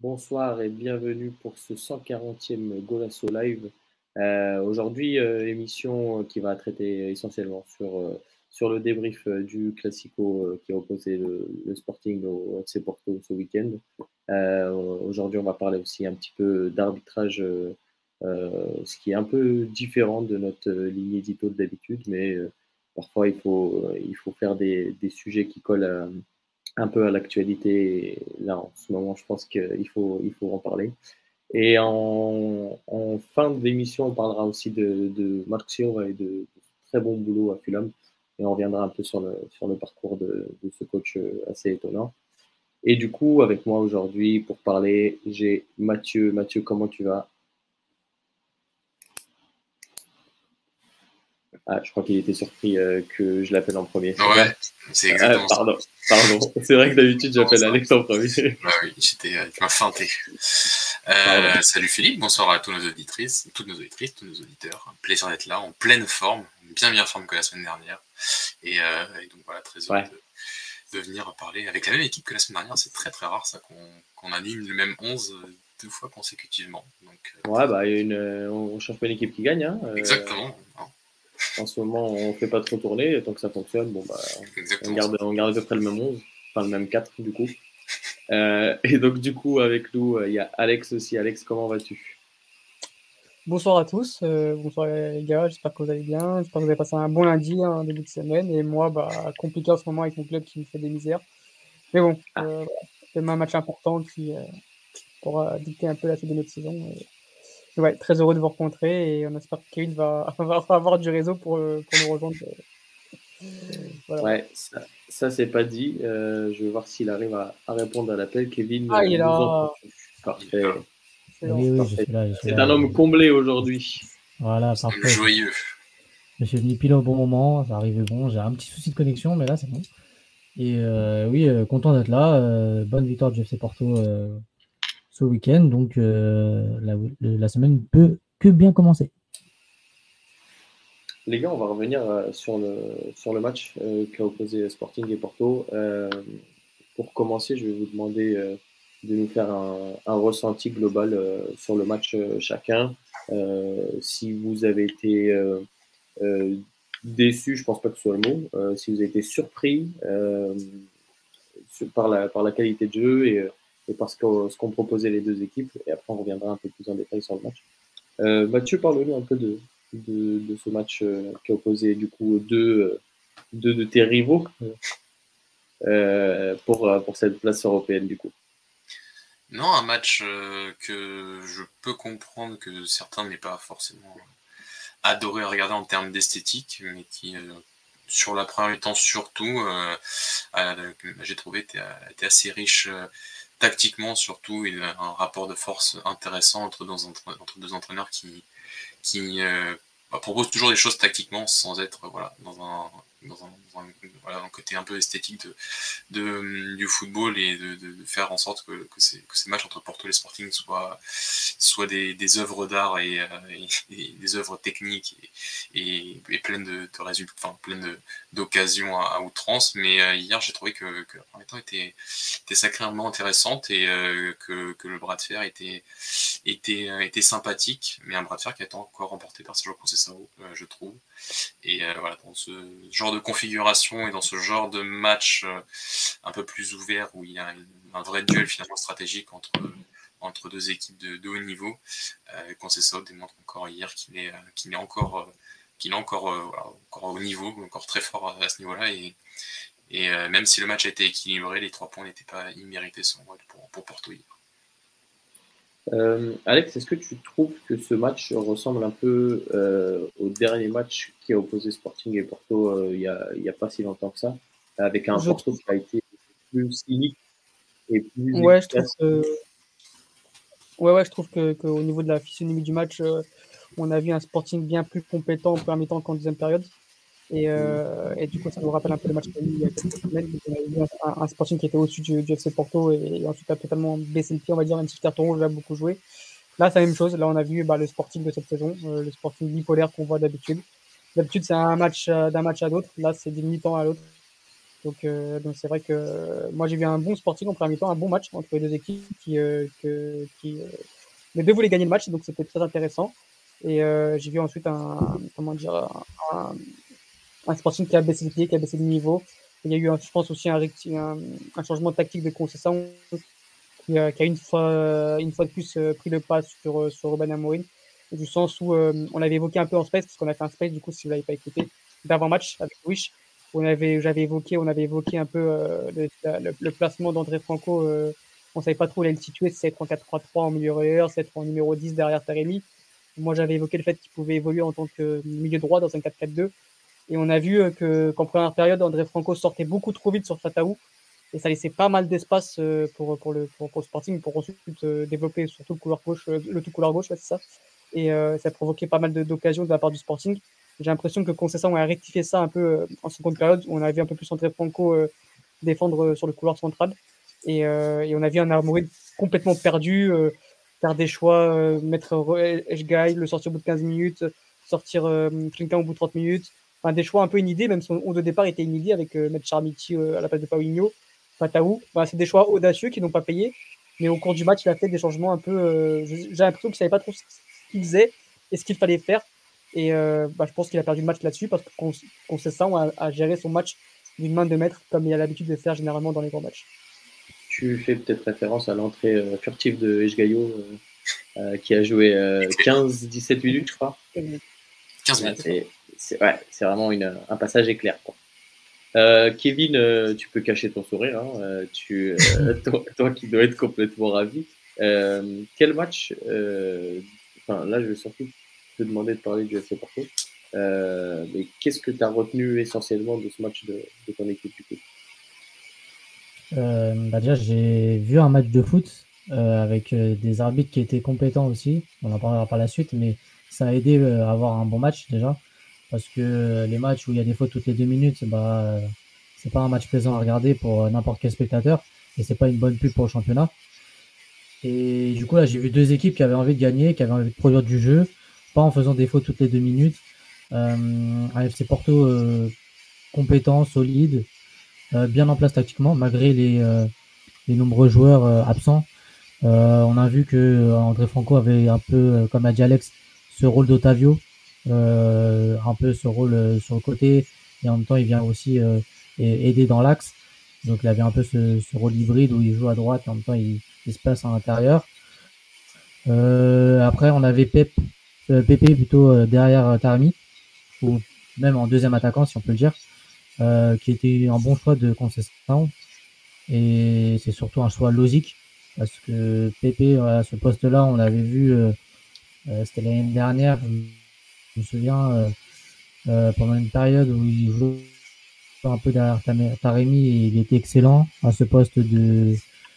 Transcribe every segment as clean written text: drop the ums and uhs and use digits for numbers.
Bonsoir et bienvenue pour ce 140e Golasso Live. Aujourd'hui, émission qui va traiter essentiellement sur le débrief du Classico qui a opposé le Sporting au FC Porto ce week-end. Aujourd'hui, on va parler aussi un petit peu d'arbitrage, ce qui est un peu différent de notre ligne édito d'habitude, mais parfois il faut faire des sujets qui collent un peu à l'actualité. Et là, en ce moment, je pense qu'il faut en parler. Et en fin d'émission, on parlera aussi de Marc Silva et de très bon boulot à Fulham. Et on reviendra un peu sur le parcours de ce coach assez étonnant. Et du coup, avec moi aujourd'hui, pour parler, j'ai Mathieu. Mathieu, comment tu vas? Ah, je crois qu'il était surpris que je l'appelle en premier, c'est Ouais, ça? c'est exactement ça. Pardon. C'est vrai que d'habitude, j'appelle Alex en premier. Bah oui, tu m'as feinté. Pardon. Salut Philippe, bonsoir à tous nos auditrices, toutes nos auditrices, tous nos auditeurs. Un plaisir d'être là, en pleine forme, bien meilleure forme que la semaine dernière. Et donc voilà, très heureux Ouais. de venir parler avec la même équipe que la semaine dernière. C'est très très rare ça qu'on anime le même 11 deux fois consécutivement. Donc, Ouais, bah, on cherche pas une équipe qui gagne. Hein. exactement, hein, En ce moment, on fait pas trop tourner. Et tant que ça fonctionne, bon, bah, on exactement ça. garde, on garde à peu près le même 11. Enfin, le même 4, du coup. Et donc, du coup, avec nous, il y a Alex aussi. Alex, comment vas-tu? Bonsoir à tous, bonsoir les gars, j'espère que vous allez bien, j'espère que vous avez passé un bon lundi, un début de semaine, et moi, compliqué en ce moment avec mon club qui me fait des misères. Mais bon, Ah, voilà. C'est un match important qui pourra dicter un peu la suite de notre saison. Et ouais, très heureux de vous rencontrer, et on espère que Kevin va avoir du réseau pour nous rejoindre. Voilà, voilà. ouais, ça c'est pas dit. Je vais voir s'il arrive à répondre à l'appel. Kevin, Ah, il est nous là, entends-tu? Parfait. excellent. Oui, oui, je Parfait. suis là, je suis C'est là. un homme comblé aujourd'hui. Voilà, Nous sommes parfait. joyeux. Je suis venu pile au bon moment, ça arrivait bon. J'ai un petit souci de connexion, mais là, c'est bon. Et oui, content d'être là. Bonne victoire du FC Porto ce week-end. Donc, la semaine peut que bien commencer. Les gars, on va revenir sur le match qu'a opposé Sporting et Porto. Pour commencer, je vais vous demander de nous faire un ressenti global sur le match chacun. Si vous avez été euh, déçu, je pense pas que ce soit le mot. Si vous avez été surpris par la qualité de jeu et par ce qu'ont proposé les deux équipes. Et après, on reviendra un peu plus en détail sur le match. Mathieu, parle-nous un peu de ce match qui a opposé du coup deux de tes rivaux pour cette place européenne du coup. Non, un match que je peux comprendre que certains n'aient pas forcément adoré regarder en termes d'esthétique, mais qui, sur la première mi-temps surtout, j'ai trouvé était assez riche tactiquement surtout, et un rapport de force intéressant entre deux entraîneurs qui proposent toujours des choses tactiquement sans être voilà, voilà, un côté un peu esthétique du football, et de faire en sorte que ces matchs entre Porto et les Sporting soient des œuvres d'art et des œuvres techniques et pleines de résultats, enfin pleines d'occasions à outrance. Mais hier, j'ai trouvé que la première temps était sacrément intéressante, et que le bras de fer était sympathique, mais un bras de fer qui a été encore remporté par Sergio Conceição, je trouve. Et voilà, dans ce genre de configuration et dans ce genre de match un peu plus ouvert, où il y a un vrai duel finalement stratégique entre deux équipes de haut niveau, Conceição démontre encore hier qu'il est encore voilà, encore au niveau, encore très fort à ce niveau-là. Et même si le match a été équilibré, les 3 points n'étaient pas immérités selon moi pour Porto hier. Alex, est-ce que tu trouves que ce match ressemble un peu au dernier match qui a opposé Sporting et Porto il y a pas si longtemps que ça, avec un Je Porto trouve, qui a été plus cynique et plus ouais, je trouve efficace? que, ouais, je trouve qu'au niveau de la physionomie du match, on a vu un Sporting bien plus compétent en première mi-temps qu'en deuxième période. Et du coup, ça nous rappelle un peu le match qu'il y a eu il y a quelques semaines. Donc, on a vu un Sporting qui était au-dessus du FC Porto, et ensuite a totalement baissé le pied, on va dire, même si le carton rouge a beaucoup joué. Là, c'est la même chose. Là, on a vu le Sporting de cette saison, le Sporting bipolaire qu'on voit d'habitude. D'habitude, c'est un match d'un match à l'autre. Là, c'est d'une mi-temps à l'autre. Donc c'est vrai que moi j'ai vu un bon Sporting en premier mi-temps, un bon match entre les deux équipes les deux voulaient gagner le match, donc c'était très intéressant. Et j'ai vu ensuite un Sporting qui a baissé les pieds, qui a baissé le niveau. Il y a eu, je pense aussi un changement tactique de Conceição qui a une fois de plus pris le pas sur Ruben Amorim, du sens où on l'avait évoqué un peu en space, parce qu'on a fait un space, du coup, si vous l'avez pas écouté, d'avant-match avec Wish, où on avait évoqué un peu le placement d'André Franco. On savait pas trop où il allait le situer, si c'est être en 4-3-3 en milieu relayeur, c'est être en numéro 10 derrière Taremi. Moi, j'avais évoqué le fait qu'il pouvait évoluer en tant que milieu droit dans un 4-4-2. Et on a vu qu'en première période, André Franco sortait beaucoup trop vite sur Fataou. Et ça laissait pas mal d'espace pour le Sporting pour ensuite développer surtout le couloir gauche, ouais, c'est ça. Et ça a provoqué pas mal d'occasions de la part du Sporting. J'ai l'impression que Conceição a rectifié ça un peu en seconde période, où on a vu un peu plus André Franco défendre sur le couloir central. Et on a vu un Amorim complètement perdu, faire des choix, mettre Eshgaï, le sortir au bout de 15 minutes, sortir Klinka au bout de 30 minutes. Enfin, des choix un peu inidés, même si son 11 de départ était inidé avec mettre Charmiti à la place de Paulinho, Fataou. Bah, c'est des choix audacieux qui n'ont pas payé. Mais au cours du match, il a fait des changements un peu. J'ai l'impression qu'il ne savait pas trop ce qu'il faisait et ce qu'il fallait faire. Et je pense qu'il a perdu le match là-dessus parce qu'on a géré son match d'une main de maître comme il a l'habitude de faire généralement dans les grands matchs. Tu fais peut-être référence à l'entrée furtive de Eshgaio qui a joué 15-17 minutes, je crois. 15 minutes. C'est vraiment un passage éclair, quoi. Kevin, tu peux cacher ton sourire, hein, toi qui dois être complètement ravi. Quel match là, je vais surtout te demander de parler du FC Porto. Mais qu'est-ce que tu as retenu essentiellement de ce match de ton équipe du coup? Déjà, j'ai vu un match de foot avec des arbitres qui étaient compétents aussi. On en parlera par la suite, mais ça a aidé à avoir un bon match déjà. Parce que les matchs où il y a des fautes toutes les 2 minutes, c'est pas un match plaisant à regarder pour n'importe quel spectateur. Et c'est pas une bonne pub pour le championnat. Et du coup, là, j'ai vu deux équipes qui avaient envie de gagner, qui avaient envie de produire du jeu, pas en faisant des fautes toutes les 2 minutes. Un FC Porto compétent, solide, bien en place tactiquement, malgré les nombreux joueurs absents. On a vu que André Franco avait un peu, comme a dit Alex, ce rôle d'Otavio, un peu ce rôle sur le côté, et en même temps il vient aussi aider dans l'axe. Donc il avait un peu ce rôle hybride où il joue à droite et en même temps il se place à l'intérieur. Après on avait Pépé plutôt derrière Taremi, ou même en deuxième attaquant si on peut le dire, qui était un bon choix de Conceição, et c'est surtout un choix logique parce que Pépé à ce poste-là on l'avait vu, c'était l'année dernière, je me souviens, pendant une période où il jouait un peu derrière Taremi et il était excellent à ce poste de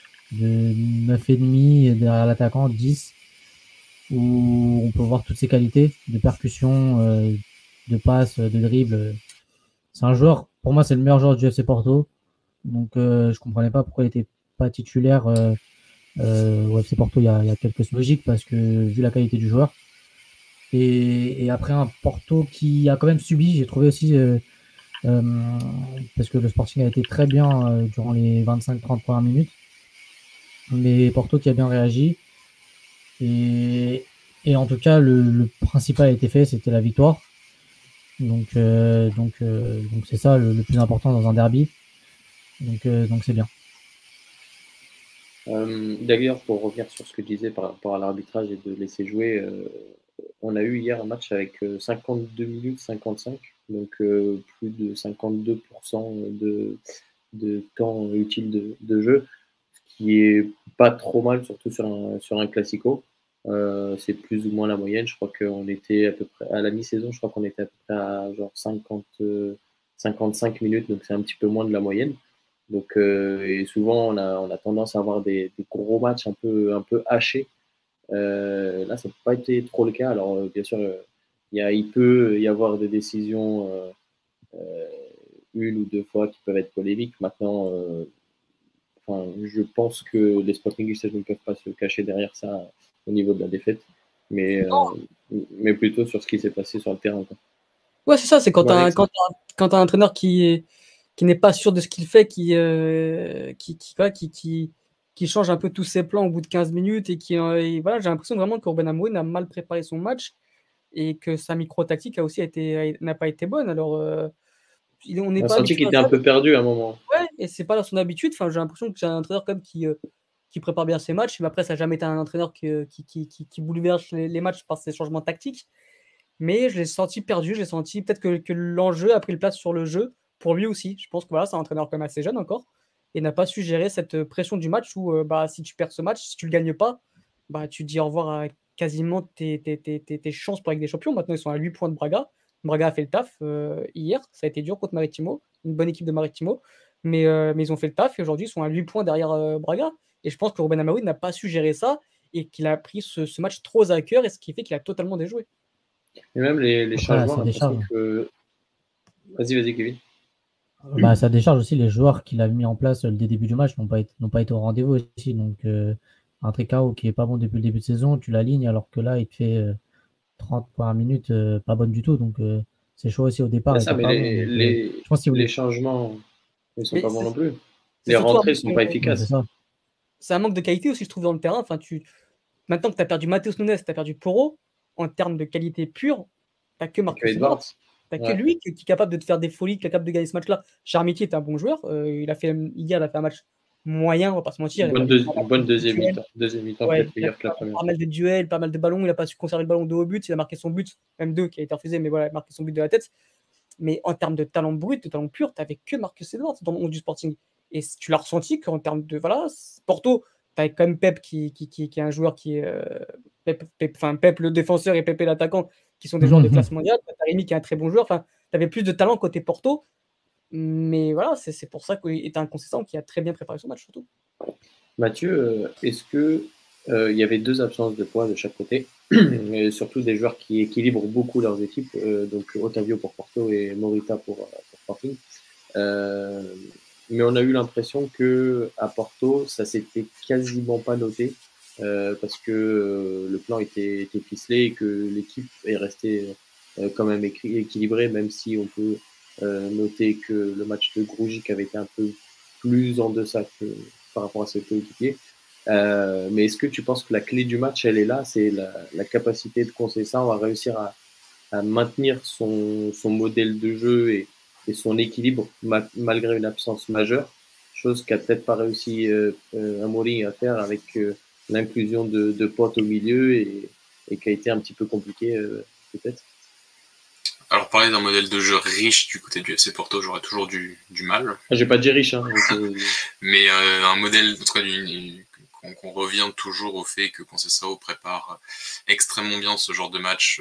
9,5 derrière l'attaquant, 10, où on peut voir toutes ses qualités de percussion, de passe, de dribble. C'est un joueur, pour moi c'est le meilleur joueur du FC Porto, donc je comprenais pas pourquoi il était pas titulaire au FC Porto il y a quelques logiques, parce que vu la qualité du joueur. Et après un Porto qui a quand même subi, j'ai trouvé aussi, parce que le Sporting a été très bien durant les 25-30 premières minutes, mais Porto qui a bien réagi, et en tout cas le principal a été fait, c'était la victoire, donc c'est ça le plus important dans un derby, donc c'est bien. D'ailleurs, pour revenir sur ce que tu disais par rapport à l'arbitrage et de laisser jouer, on a eu hier un match avec 52 minutes 55, donc plus de 52% de temps utile de jeu, ce qui est pas trop mal, surtout sur un classico. C'est plus ou moins la moyenne. Je crois qu'on était à peu près à la mi-saison, je crois qu'on était à peu près à genre 55 minutes, donc c'est un petit peu moins de la moyenne. Donc, et souvent, on a tendance à avoir des gros matchs un peu hachés. Là, ça n'a pas été trop le cas. Alors, bien sûr, il peut y avoir des décisions une ou deux fois qui peuvent être polémiques. Maintenant, je pense que les Sportingistes ne peuvent pas se cacher derrière ça au niveau de la défaite, mais plutôt sur ce qui s'est passé sur le terrain, quoi. Ouais, c'est ça, c'est quand tu as un entraîneur qui n'est pas sûr de ce qu'il fait, qui change un peu tous ses plans au bout de 15 minutes et voilà, j'ai l'impression vraiment que Ruben Amorim a mal préparé son match et que sa micro-tactique n'a pas été bonne. Alors, on n'est On a pas senti habitué qu'il à était un ça. peu perdu à un moment. Ouais, et c'est pas son habitude. Enfin, j'ai l'impression que c'est un entraîneur quand même qui prépare bien ses matchs. Mais après, ça n'a jamais été un entraîneur qui bouleverse les matchs par ses changements tactiques. Mais je l'ai senti perdu. J'ai senti peut-être que l'enjeu a pris le place sur le jeu pour lui aussi. Je pense que voilà, c'est un entraîneur quand même assez jeune encore et n'a pas su gérer cette pression du match où si tu perds ce match, si tu le gagnes pas, tu dis au revoir à quasiment tes chances pour avec des champions. Maintenant, ils sont à 8 points de Braga. Braga a fait le taf hier. Ça a été dur contre Maritimo, une bonne équipe de Maritimo. Mais ils ont fait le taf et aujourd'hui, ils sont à 8 points derrière Braga. Et je pense que Ruben Amorim n'a pas su gérer ça et qu'il a pris ce match trop à cœur et ce qui fait qu'il a totalement déjoué. Et même les Après, changements, ça on a l'impression décharge. que. Vas-y, Kevin. Ça décharge aussi les joueurs qu'il a mis en place dès le début du match n'ont pas été au rendez-vous aussi. Donc, un Trincao qui est pas bon depuis le début de saison, tu l'alignes alors que là, il te fait 30 par minute, pas bonne du tout. Donc, c'est chaud aussi au départ, C'est il ça, était mais pas bon. Donc, je pense qu'il les voulait. changements, ils sont Mais pas bons non plus. c'est Les surtout rentrées sont pas Ouais, c'est efficaces. ça. c'est un manque de qualité aussi, je trouve, dans le terrain. Enfin, maintenant que tu as perdu Matheus Nunes, tu as perdu Porro, en termes de qualité pure, tu que Et que Marcus Edwards. Edwards. Tu que Ouais. lui qui est capable de te faire des folies, qui est capable de gagner ce match-là. Charmitier est un bon joueur. Hier, il a fait un match moyen, on va pas se mentir. Il a perdu pas mal Une bonne de deuxième duels. mi-temps. Deuxième mi-temps Ouais, peut-être il a meilleure que la perdu première. pas mal de duels, pas mal de ballons. Il n'a pas su conserver le ballon de haut but. Il a marqué son but, même deux qui a été refusé, mais voilà, il a marqué son but de la tête. Mais en termes de talent brut, de talent pur, tu n'avais que Marcus Edwards dans le monde du Sporting. Et tu l'as ressenti qu'en termes de. Voilà, Porto, tu as quand même Pep qui est un joueur qui est. Pep le défenseur et Pepe l'attaquant qui sont des joueurs de classe mondiale. Tu as Rémi qui est un très bon joueur. Enfin, tu avais plus de talent côté Porto. Mais voilà, c'est pour ça qu'il est un consistant qui a très bien préparé son match, surtout. Mathieu, est-ce que il y avait deux absences de poids de chaque côté, et surtout des joueurs qui équilibrent beaucoup leurs équipes, donc Otavio pour Porto et Morita pour Sporting. Mais on a eu l'impression que à Porto, ça s'était quasiment pas noté parce que le plan était ficelé et que l'équipe est restée quand même équilibrée, même si on peut noter que le match de Grujic avait été un peu plus en deçà que par rapport à ses coéquipiers. Mais est-ce que tu penses que la clé du match, elle est là, c'est la capacité de Conceição à réussir à maintenir son modèle de jeu et son équilibre malgré une absence majeure, chose qu'a peut-être pas réussi Amorim à faire avec l'inclusion de Pote au milieu et qui a été un petit peu compliqué peut-être. Alors, parler d'un modèle de jeu riche du côté du FC Porto, j'aurais toujours du mal. J'ai pas dit riche, hein, mais un modèle, en tout cas, qu'on revient toujours au fait que Conceição prépare extrêmement bien ce genre de match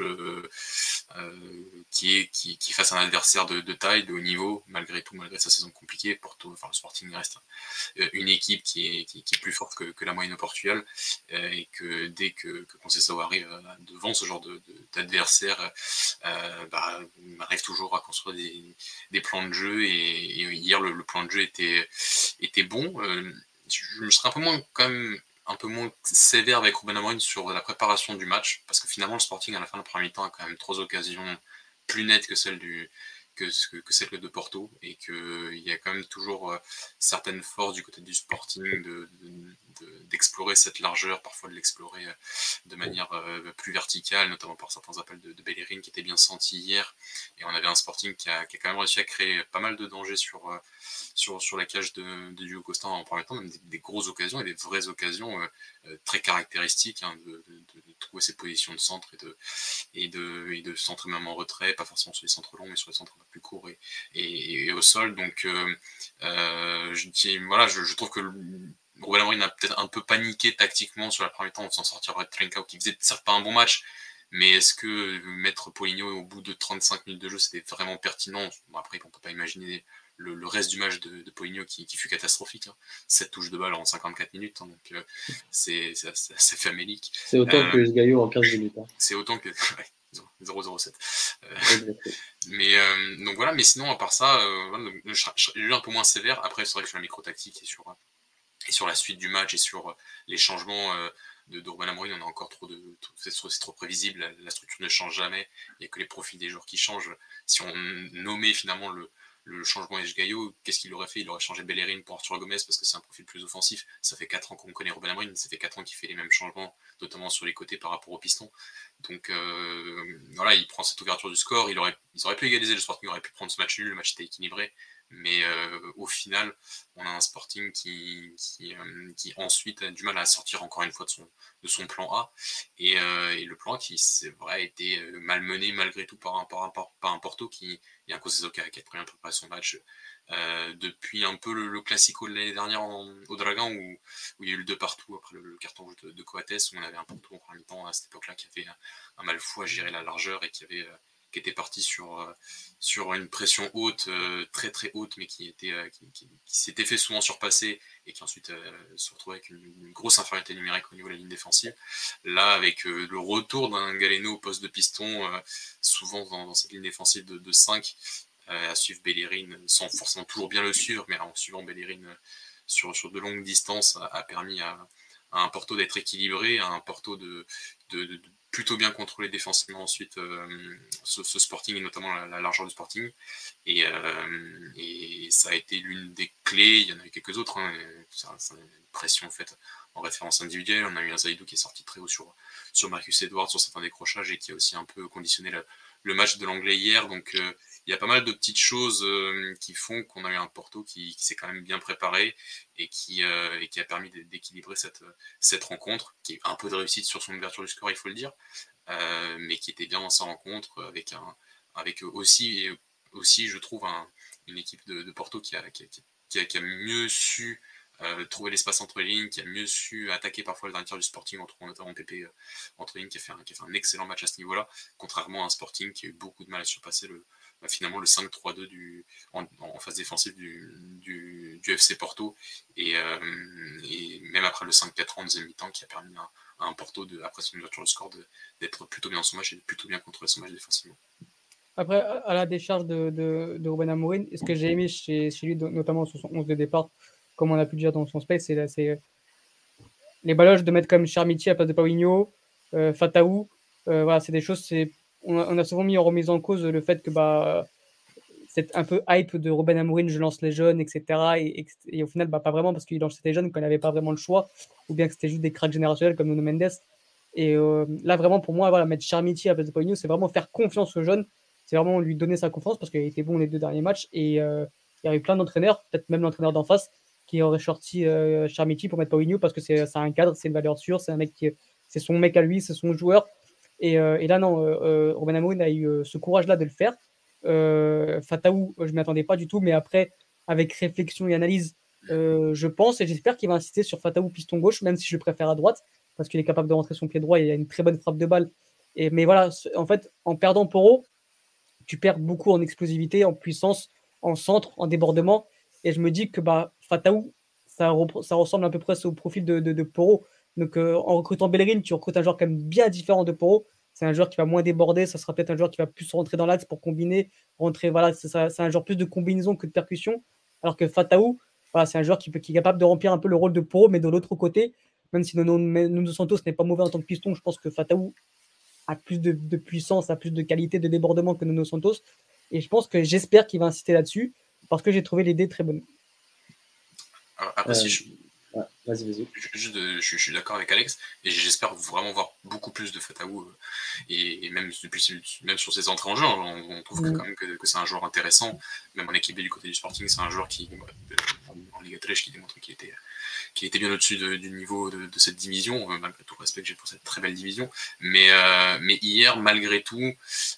qui fasse un adversaire de taille, de haut niveau, malgré tout, malgré sa saison compliquée. Porto, enfin, le Sporting reste une équipe qui est plus forte que la moyenne au Portugal et que dès que Conceição arrive devant ce genre d'adversaire, arrive toujours à construire des plans de jeu et hier le plan de jeu était bon. Je serais un peu moins sévère avec Ruben Amorim sur la préparation du match, parce que finalement le Sporting à la fin de la première mi-temps a quand même 3 occasions plus nettes que celles de Porto, et qu'il y a quand même toujours certaines forces du côté du Sporting d'explorer cette largeur, parfois de l'explorer de manière plus verticale, notamment par certains appels de Bellerin qui étaient bien sentis hier, et on avait un Sporting qui a quand même réussi à créer pas mal de dangers sur la cage de Diogo Costa en premier temps, même des grosses occasions et des vraies occasions très caractéristiques de trouver ses positions de centre et de centrer même en retrait, pas forcément sur les centres longs mais sur les centres un peu plus courts et au sol. Donc je trouve que Ruben Amorim a peut-être un peu paniqué tactiquement sur la première temps en faisant sortir Trincao qui faisait certes pas un bon match, mais est-ce que mettre Paulinho au bout de 35 minutes de jeu c'était vraiment pertinent? Après on peut pas imaginer le reste du match de Paulinho qui fut catastrophique, 7 touches de balle en 54 minutes, donc c'est assez famélique. C'est autant que Gaillot en 15 minutes. C'est autant que 0-0-7. Mais donc voilà, mais sinon à part ça, j'ai eu un peu moins sévère. Après c'est vrai que sur la micro-tactique et sur la suite du match et sur les changements de Ruben Amorim, on a encore c'est trop prévisible, la structure ne change jamais, il n'y a que les profils des joueurs qui changent. Si on nommait finalement le changement Gaillot, qu'est-ce qu'il aurait fait? Il aurait changé Bellerin pour Arthur Gomez parce que c'est un profil plus offensif. Ça fait 4 ans qu'on connaît Ruben Amorim, ça fait 4 ans qu'il fait les mêmes changements, notamment sur les côtés par rapport au piston. Donc voilà, il prend cette ouverture du score. Ils auraient pu égaliser, le Sporting aurait pu prendre ce match nul, le match était équilibré. Mais au final, on a un Sporting qui ensuite a du mal à sortir encore une fois de son plan A. Et le plan A qui, c'est vrai, a été malmené malgré tout par un Porto qui est un Conceição qui a très bien préparé son match depuis un peu le Classico de l'année dernière au Dragon où il y a eu le 2 partout après le carton rouge de Coates, où on avait un Porto en première mi-temps à cette époque-là qui avait un mal fou à gérer la largeur et qui était parti sur une pression haute, très très haute, mais qui s'était fait souvent surpasser et qui ensuite se retrouvait avec une grosse infériorité numérique au niveau de la ligne défensive. Là, avec le retour d'un Galeno au poste de piston, souvent dans cette ligne défensive de 5, à suivre Bellerin, sans forcément toujours bien le suivre, mais en suivant Bellerin sur de longues distances, a permis à un Porto d'être équilibré, à un Porto de plutôt bien contrôlé défensivement ensuite ce Sporting et notamment la largeur du Sporting et ça a été l'une des clés. Il y en a eu quelques autres, hein. C'est une pression faite en référence individuelle. On a eu un Zaidou qui est sorti très haut sur Marcus Edwards sur certains décrochages et qui a aussi un peu conditionné le match de l'Anglais hier. Donc il y a pas mal de petites choses qui font qu'on a eu un Porto qui s'est quand même bien préparé et qui a permis d'équilibrer cette rencontre, qui est un peu de réussite sur son ouverture du score, il faut le dire, mais qui était bien dans sa rencontre, avec aussi, je trouve, une équipe de Porto qui a mieux su trouver l'espace entre les lignes, qui a mieux su attaquer parfois le dernier du Sporting, en trouvant notamment Pépé entre les lignes, qui a fait un excellent match à ce niveau-là, contrairement à un Sporting qui a eu beaucoup de mal à surpasser finalement le 5-3-2 en phase défensive du FC Porto et même après le 5-4 en deuxième mi-temps qui a permis à un Porto après son ouverture de score d'être plutôt bien dans son match et de plutôt bien contrôler son match défensivement. Après, à la décharge de Ruben Amorim, ce que j'ai aimé chez lui, notamment sur son 11 de départ, comme on a pu le dire dans son space, c'est les baloches de mettre comme Charmiti à la place de Paulinho, Fataou. Voilà, c'est des choses. On a souvent mis en remise en cause le fait que c'est un peu hype de Ruben Amorim, je lance les jeunes, etc. Et au final, pas vraiment, parce qu'il lançait les jeunes quand il n'avait pas vraiment le choix, ou bien que c'était juste des cracks générationnels comme Nuno Mendes. Et là, vraiment, pour moi, voilà, mettre Charmiti à la place de Paulinho, c'est vraiment faire confiance aux jeunes. C'est vraiment lui donner sa confiance parce qu'il a été bon les 2 derniers matchs. Et il y a eu plein d'entraîneurs, peut-être même l'entraîneur d'en face, qui aurait sorti Charmiti pour mettre Paulinho parce que c'est un cadre, c'est une valeur sûre, c'est un mec c'est son mec à lui, c'est son joueur. Et là, non, Ruben Amorim a eu ce courage-là de le faire. Fataou, je ne m'y attendais pas du tout, mais après, avec réflexion et analyse, je pense et j'espère qu'il va insister sur Fataou piston gauche, même si je le préfère à droite, parce qu'il est capable de rentrer son pied droit et il a une très bonne frappe de balle. Mais voilà, en fait, en perdant Porro, tu perds beaucoup en explosivité, en puissance, en centre, en débordement. Et je me dis que Fataou, ça ressemble à peu près au profil de Porro. Donc en recrutant Bellerin, tu recrutes un joueur quand même bien différent de Porro. C'est un joueur qui va moins déborder, ça sera peut-être un joueur qui va plus rentrer dans l'axe pour combiner, rentrer, voilà, c'est un joueur plus de combinaison que de percussion. Alors que Fataou, voilà, c'est un joueur qui est capable de remplir un peu le rôle de Porro, mais de l'autre côté, même si Nuno Santos n'est pas mauvais en tant que piston, je pense que Fataou a plus de puissance, a plus de qualité de débordement que Nuno Santos. Et j'espère qu'il va insister là-dessus, parce que j'ai trouvé l'idée très bonne. Alors, après, vas-y. Je suis d'accord avec Alex, et j'espère vraiment voir beaucoup plus de Fataou, et même sur ses entrées en jeu, on trouve quand même que c'est un joueur intéressant, même en équipe B du côté du Sporting, c'est un joueur qui, en Liga 3, qui démontre qu'il était bien au-dessus du niveau de cette division, malgré tout le respect que j'ai pour cette très belle division, mais hier, malgré tout,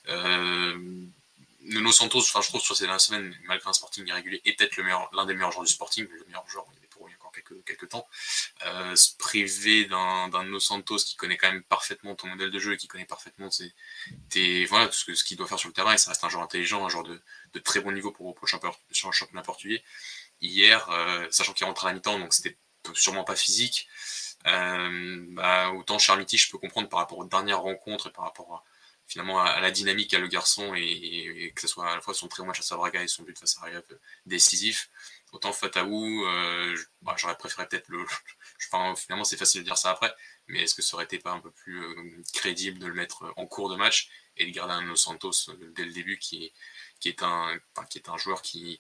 Nuno Santos, je trouve sur ces dernières semaines, malgré un Sporting irrégulier, est peut-être l'un des meilleurs joueurs du Sporting, le meilleur joueur, il y a encore quelques temps, se priver d'un Nuno Santos qui connaît quand même parfaitement ton modèle de jeu et qui connaît parfaitement voilà, tout ce qu'il doit faire sur le terrain, et ça reste un joueur intelligent, un joueur de très bon niveau pour le championnat portugais. Hier, sachant qu'il rentre à la mi-temps, donc c'était sûrement pas physique, autant Charmiti, je peux comprendre par rapport aux dernières rencontres et par rapport finalement à la dynamique qu'a le garçon et que ce soit à la fois son très bon match à Braga et son but face à Rayov décisif. Autant Fataou, j'aurais préféré peut-être finalement, c'est facile de dire ça après, mais est-ce que ça aurait été pas un peu plus crédible de le mettre en cours de match et de garder un Dos Santos dès le début qui est un joueur qui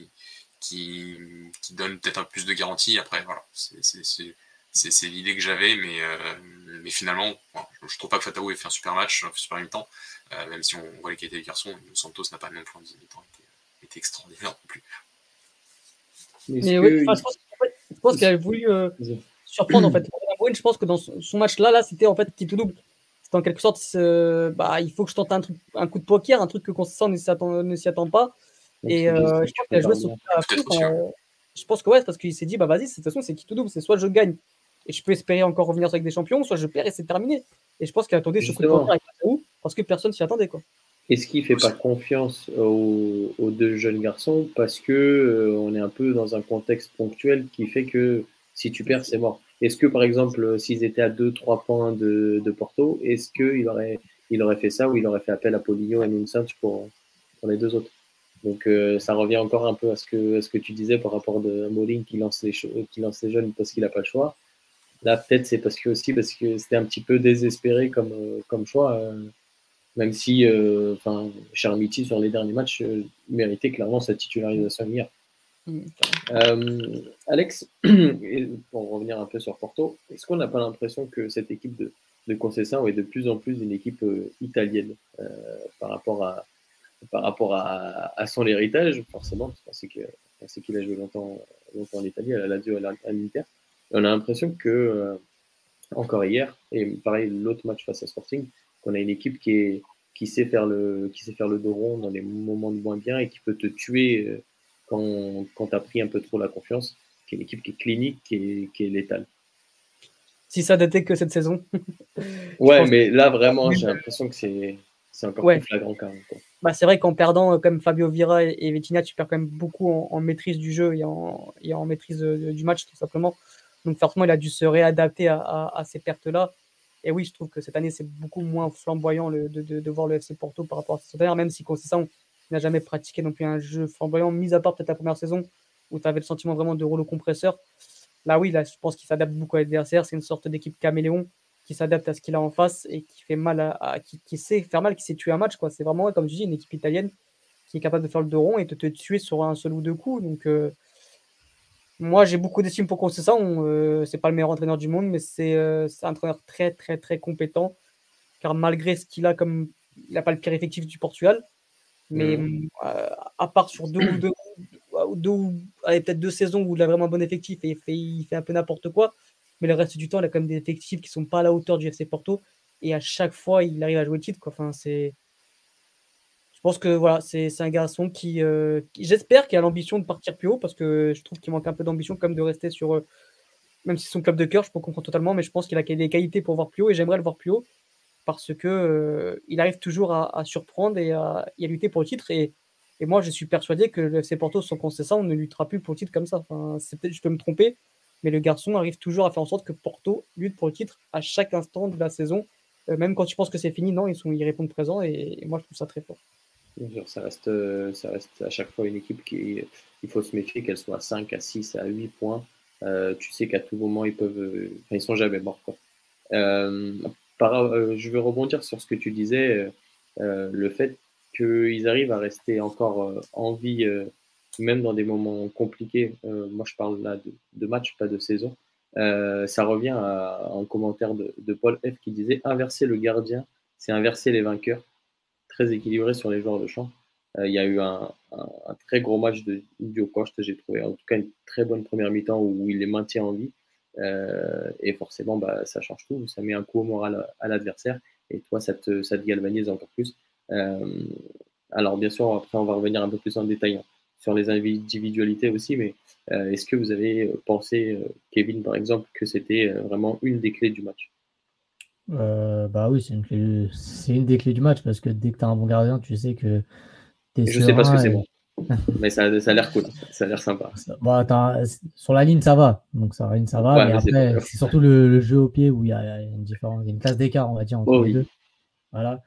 donne peut-être un peu plus de garantie. Après, voilà, c'est l'idée que j'avais, mais finalement, je trouve pas que Fataou ait fait un super match, un super mi-temps, même si on voit les qualités du garçon. Dos Santos n'a pas non plus en mi-temps été extraordinaire non plus. Mais oui, je pense qu'il avait voulu surprendre en fait. Je pense que dans son match-là, c'était en fait qui tout double. C'était en quelque sorte, il faut que je tente un coup de poker, un truc que Conceição ne s'y attend pas. Donc, et je pense qu'il a joué sur la fond. Je pense que ouais, parce qu'il s'est dit, vas-y, de toute façon, c'est qui tout double. C'est soit je gagne et je peux espérer encore revenir avec des champions, soit je perds et c'est terminé. Et je pense qu'il attendait ce coup de poker avec Fataou parce que personne s'y attendait, quoi. Est-ce qu'il ne fait pas confiance aux deux jeunes garçons parce que on est un peu dans un contexte ponctuel qui fait que si tu perds, c'est mort. Est-ce que, par exemple, s'ils étaient à 2-3 points de Porto, est-ce qu'il aurait fait ça ou il aurait fait appel à Paulinho et Nunes pour les deux autres? Donc, ça revient encore un peu à ce que tu disais par rapport à Molin qui lance les jeunes parce qu'il n'a pas le choix. Là, peut-être c'est parce que c'était un petit peu désespéré comme choix. Même si Chermiti, sur les derniers matchs, méritait clairement sa titularisation hier. Alex, pour revenir un peu sur Porto, est-ce qu'on n'a pas l'impression que cette équipe de Conceição est de plus en plus une équipe italienne par rapport à son héritage, forcément, parce qu'on sait qu'il a joué longtemps en Italie, à la Lazio, à l'Inter. On a l'impression que, encore hier, et pareil, l'autre match face à Sporting, qu'on a une équipe qui sait faire le dos rond dans les moments de moins bien et qui peut te tuer quand tu as pris un peu trop la confiance, qui est une équipe qui est clinique, qui est létale. Si ça datait que cette saison. Ouais, mais là, vraiment, j'ai l'impression que c'est encore plus flagrant quand même, quoi. C'est vrai qu'en perdant comme Fabio Vieira et Vitinha, tu perds quand même beaucoup en maîtrise du jeu et en maîtrise du match, tout simplement. Donc forcément, il a dû se réadapter à ces pertes-là. Et oui, je trouve que cette année, c'est beaucoup moins flamboyant de voir le FC Porto par rapport à cette année, même si Conceição n'a jamais pratiqué non plus un jeu flamboyant, mis à part peut-être la première saison où tu avais le sentiment vraiment de rouleau compresseur. Là, oui, je pense qu'il s'adapte beaucoup à l'adversaire. C'est une sorte d'équipe caméléon qui s'adapte à ce qu'il a en face et qui fait mal qui sait faire mal, qui sait tuer un match, quoi. C'est vraiment, comme tu dis, une équipe italienne qui est capable de faire le dos rond et de te tuer sur un seul ou deux coups. Donc, moi, j'ai beaucoup d'estime pour Conceição. C'est pas le meilleur entraîneur du monde, mais c'est un entraîneur très, très, très compétent. Car malgré ce qu'il a il n'a pas le pire effectif du Portugal. Mais à part sur peut-être 2 saisons où il a vraiment un bon effectif et il fait un peu n'importe quoi. Mais le reste du temps, il a quand même des effectifs qui sont pas à la hauteur du FC Porto. Et à chaque fois, il arrive à jouer le titre, quoi. Enfin, je pense que voilà, c'est un garçon qui j'espère qu'il a l'ambition de partir plus haut parce que je trouve qu'il manque un peu d'ambition comme de rester sur même si c'est son club de cœur, je peux comprendre totalement, mais je pense qu'il a des qualités pour voir plus haut et j'aimerais le voir plus haut parce que il arrive toujours à surprendre et à lutter pour le titre et moi je suis persuadé que le FC Porto sans Conceição ne luttera plus pour le titre comme ça. Enfin, je peux me tromper, mais le garçon arrive toujours à faire en sorte que Porto lutte pour le titre à chaque instant de la saison, même quand tu penses que c'est fini, non, ils répondent présent et moi je trouve ça très fort. Bien sûr, ça reste à chaque fois une équipe il faut se méfier qu'elle soit à 5, à 6, à 8 points. Tu sais qu'à tout moment, ils sont jamais morts, quoi. Je veux rebondir sur ce que tu disais, le fait qu'ils arrivent à rester encore en vie, même dans des moments compliqués. Moi, je parle là de match, pas de saison. Ça revient à un commentaire de Paul F qui disait « Inverser le gardien, c'est inverser les vainqueurs ». Très équilibré sur les joueurs de champ. Il y a eu un très gros match de Dio Costa, j'ai trouvé en tout cas une très bonne première mi-temps où il les maintient en vie. Et forcément, ça change tout. Ça met un coup au moral à l'adversaire et toi, ça te galvanise encore plus. Alors, bien sûr, après, on va revenir un peu plus en détail sur les individualités aussi, mais est-ce que vous avez pensé, Kevin, par exemple, que c'était vraiment une des clés du match? Oui, c'est une des clés du match parce que dès que tu as un bon gardien, tu sais que t'es je sais pas ce que c'est bon. Mais ça a l'air cool, ça a l'air sympa. Sur la ligne, ça va. Donc, sur la ligne, ça va. Ouais, mais après, c'est surtout le jeu au pied où il y a une différence, il y a une classe d'écart, on va dire, entre les deux. Voilà.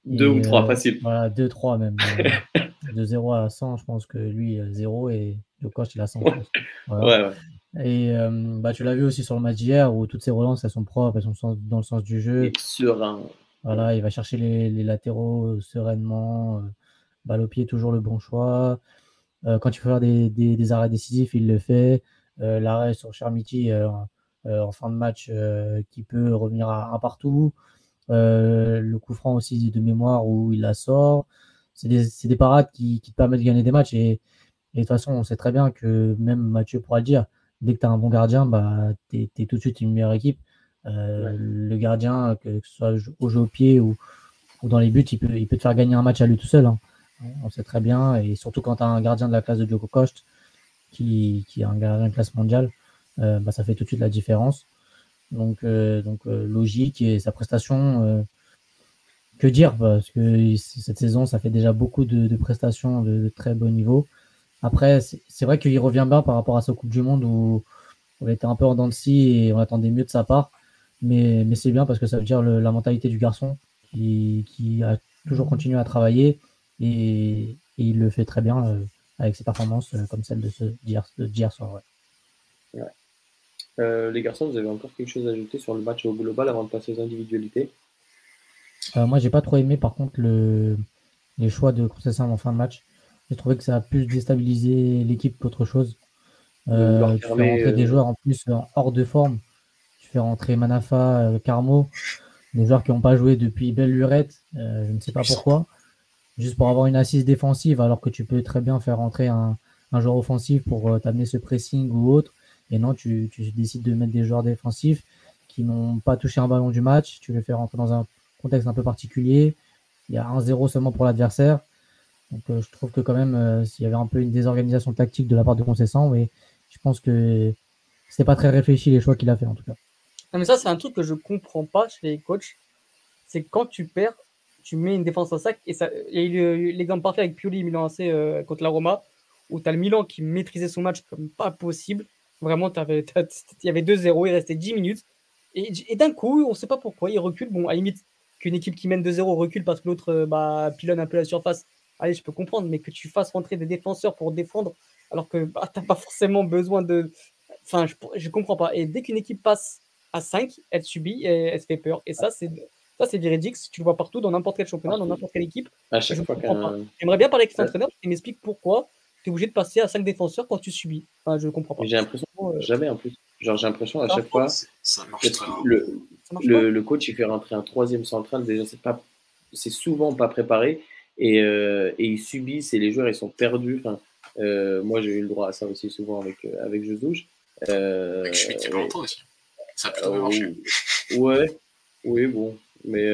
2 ou 3, facile. Voilà, 2-3 même. De 0 à 100, je pense que lui, 0 et Djokovic, il a 100, je pense. Voilà. Ouais. Et tu l'as vu aussi sur le match d'hier où toutes ses relances, elles sont propres, elles sont dans le sens du jeu. Il est serein. Voilà, il va chercher les latéraux sereinement, balle au pied, toujours le bon choix. Quand il faut faire des arrêts décisifs, il le fait. L'arrêt sur Chermiti en fin de match qui peut revenir à un partout. Le coup franc aussi de mémoire où il la sort. C'est des parades qui te permettent de gagner des matchs. Et de toute façon, on sait très bien que même Mathieu pourra le dire, dès que tu as un bon gardien, bah, tu es tout de suite une meilleure équipe. Le gardien, que ce soit au jeu au pied ou dans les buts, il peut te faire gagner un match à lui tout seul. Hein. On sait très bien. Et surtout quand tu as un gardien de la classe de Djokovic qui est un gardien de classe mondiale, bah, ça fait tout de suite la différence. Donc logique. Et sa prestation, que dire, parce que cette saison, ça fait déjà beaucoup de prestations de très bon niveau. Après, c'est vrai qu'il revient bien par rapport à sa Coupe du Monde où on était un peu en dents de scie et on attendait mieux de sa part. Mais c'est bien parce que ça veut dire la mentalité du garçon qui a toujours continué à travailler et il le fait très bien avec ses performances comme celle d'hier soir. Ouais. Les garçons, vous avez encore quelque chose à ajouter sur le match au global avant de passer aux individualités? Moi, j'ai pas trop aimé par contre les choix de Conceição en fin de match. J'ai trouvé que ça a plus déstabilisé l'équipe qu'autre chose. Tu fais rentrer des joueurs en plus hors de forme. Tu fais rentrer Manafa, Carmo, des joueurs qui n'ont pas joué depuis belle lurette. Je ne sais pas pourquoi. Juste pour avoir une assise défensive, alors que tu peux très bien faire rentrer un joueur offensif pour t'amener ce pressing ou autre. Et non, tu décides de mettre des joueurs défensifs qui n'ont pas touché un ballon du match. Tu les fais rentrer dans un contexte un peu particulier. Il y a 1-0 seulement pour l'adversaire. Donc je trouve que quand même, s'il y avait un peu une désorganisation tactique de la part de Conceição, mais je pense que c'est pas très réfléchi les choix qu'il a fait en tout cas. Non, mais ça, c'est un truc que je comprends pas chez les coachs. C'est que quand tu perds, tu mets une défense à 5. Et ça, il y a eu l'exemple parfait avec Pioli, Milan AC contre la Roma, où tu as le Milan qui maîtrisait son match comme pas possible. Vraiment, il y avait 2-0, il restait 10 minutes. Et d'un coup, on ne sait pas pourquoi, il recule. Bon, à la limite, qu'une équipe qui mène 2-0 recule parce que l'autre pilonne un peu la surface, allez, je peux comprendre. Mais que tu fasses rentrer des défenseurs pour défendre, alors que tu n'as pas forcément besoin de. Enfin, je comprends pas. Et dès qu'une équipe passe à 5, elle subit et elle se fait peur. Et ça, c'est véridique. Tu le vois partout, dans n'importe quel championnat, dans n'importe quelle équipe. À chaque fois J'aimerais bien parler avec cet entraîneur qui m'explique pourquoi tu es obligé de passer à 5 défenseurs quand tu subis. Enfin, je comprends pas. J'ai l'impression, jamais en plus. Genre, j'ai l'impression à chaque fois, ça marche très rare. le coach, il fait rentrer un troisième central. Déjà, c'est souvent pas préparé. Et ils subissent et les joueurs, ils sont perdus. Enfin, moi, j'ai eu le droit à ça aussi souvent avec Jesus. Avec Schmitt, il y a pas longtemps aussi. Ça a plutôt bien marché. Ouais, oui, bon. Mais,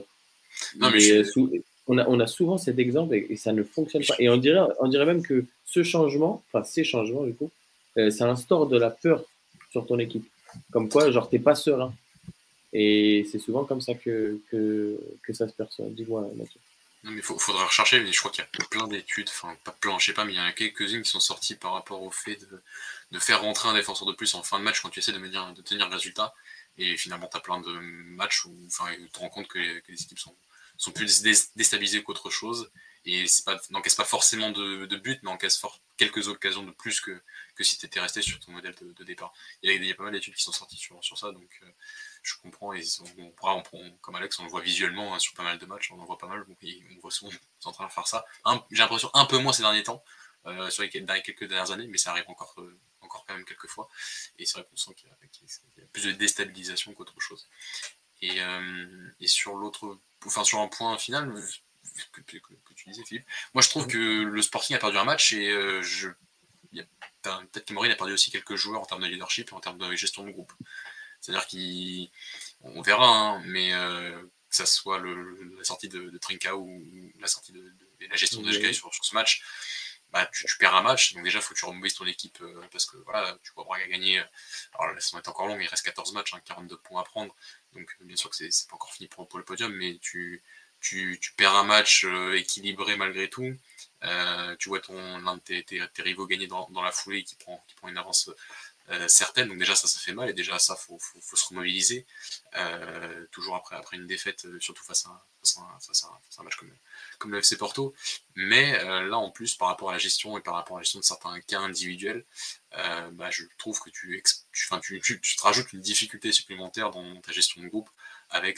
on a souvent cet exemple et ça ne fonctionne pas. Et on dirait même que ces changements, du coup, ça instaure de la peur sur ton équipe. Comme quoi, genre, t'es pas serein. Et c'est souvent comme ça que ça se perçoit. Dis-moi, Mathieu. Non, mais faudrait rechercher, mais je crois qu'il y a plein d'études, enfin, pas plein, je sais pas, mais il y en a quelques-unes qui sont sorties par rapport au fait de faire rentrer un défenseur de plus en fin de match quand tu essaies de tenir le résultat. Et finalement, tu as plein de matchs où tu te rends compte que les équipes sont plus déstabilisées qu'autre chose. Et n'encaissent pas forcément de but, mais encaissent quelques occasions de plus que si tu étais resté sur ton modèle de départ. Il y a pas mal d'études qui sont sorties sur ça, donc je comprends. Et comme Alex, on le voit visuellement sur pas mal de matchs, on en voit pas mal. On voit souvent en train de faire ça. J'ai l'impression un peu moins ces derniers temps, sur les quelques dernières années, mais ça arrive encore quand même quelques fois. Et c'est vrai qu'on sent qu'il y a plus de déstabilisation qu'autre chose. Et sur un point final que tu disais, Philippe, moi je trouve que le Sporting a perdu un match et peut-être qu'Imorin a perdu aussi quelques joueurs en termes de leadership et en termes de gestion de groupe. C'est-à-dire qu'on verra, hein, mais que ça soit la sortie de Trinca ou la sortie de la gestion de Jgai sur ce match, bah, tu perds un match, donc déjà il faut que tu remobilises ton équipe parce que voilà, tu vois Braga gagner. Alors la saison est encore longue, il reste 14 matchs, 42 points à prendre, donc bien sûr que c'est pas encore fini pour le podium, mais tu perds un match équilibré malgré tout. tu vois l'un de tes rivaux gagner dans la foulée qui prend une avance certaine. Donc déjà ça fait mal et déjà ça faut se remobiliser toujours après une défaite, surtout face à un match comme le FC Porto. Mais là en plus par rapport à la gestion et par rapport à la gestion de certains cas individuels, je trouve que tu te rajoutes une difficulté supplémentaire dans ta gestion de groupe avec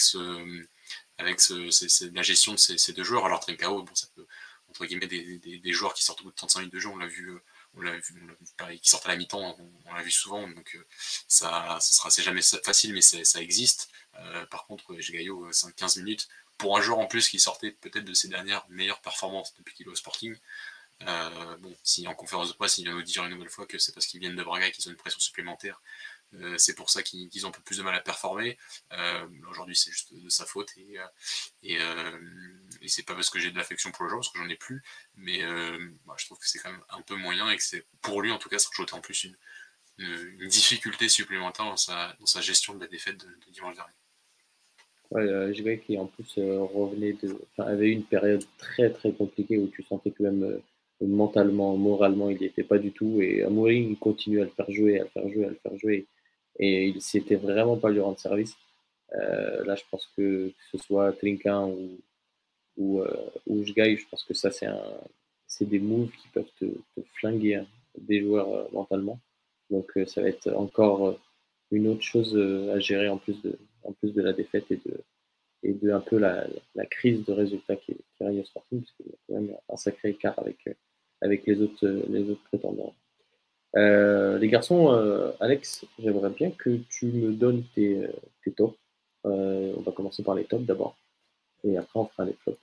la gestion de ces deux joueurs. Alors Trincao, bon, ça peut entre guillemets des joueurs qui sortent au bout de 35 minutes de jeu, on l'a vu pareil, qui sortent à la mi-temps, on l'a vu souvent, donc c'est jamais facile, mais ça existe. Par contre, Gaio, 5-15 minutes, pour un joueur en plus qui sortait peut-être de ses dernières meilleures performances depuis qu'il est au Sporting, bon, si en conférence de presse il vient nous dire une nouvelle fois que c'est parce qu'ils viennent de Braga et qu'ils ont une pression supplémentaire, c'est pour ça qu'ils ont un peu plus de mal à performer. Aujourd'hui c'est juste de sa faute et c'est pas parce que j'ai de l'affection pour le joueur, parce que j'en ai plus, mais je trouve que c'est quand même un peu moyen et que c'est pour lui en tout cas ça rajoute en plus une difficulté supplémentaire dans sa gestion de la défaite de dimanche dernier. Ouais, Giga qui en plus avait eu une période très très compliquée où tu sentais que même mentalement, moralement, il n'y était pas du tout. Et Amorim, il continue à le faire jouer, à le faire jouer, à le faire jouer. Et il s'était vraiment pas lui rendre service. Là, je pense que ce soit Trinquin ou Ujgai, je pense que ça, c'est des moves qui peuvent te flinguer des joueurs mentalement. Donc, ça va être encore une autre chose à gérer en plus de la défaite et de un peu la crise de résultats qui arrive au Sporting, parce qu'il y a quand même un sacré écart avec les autres prétendants. Les garçons, Alex, j'aimerais bien que tu me donnes tes tops. On va commencer par les tops d'abord, et après on fera les flops.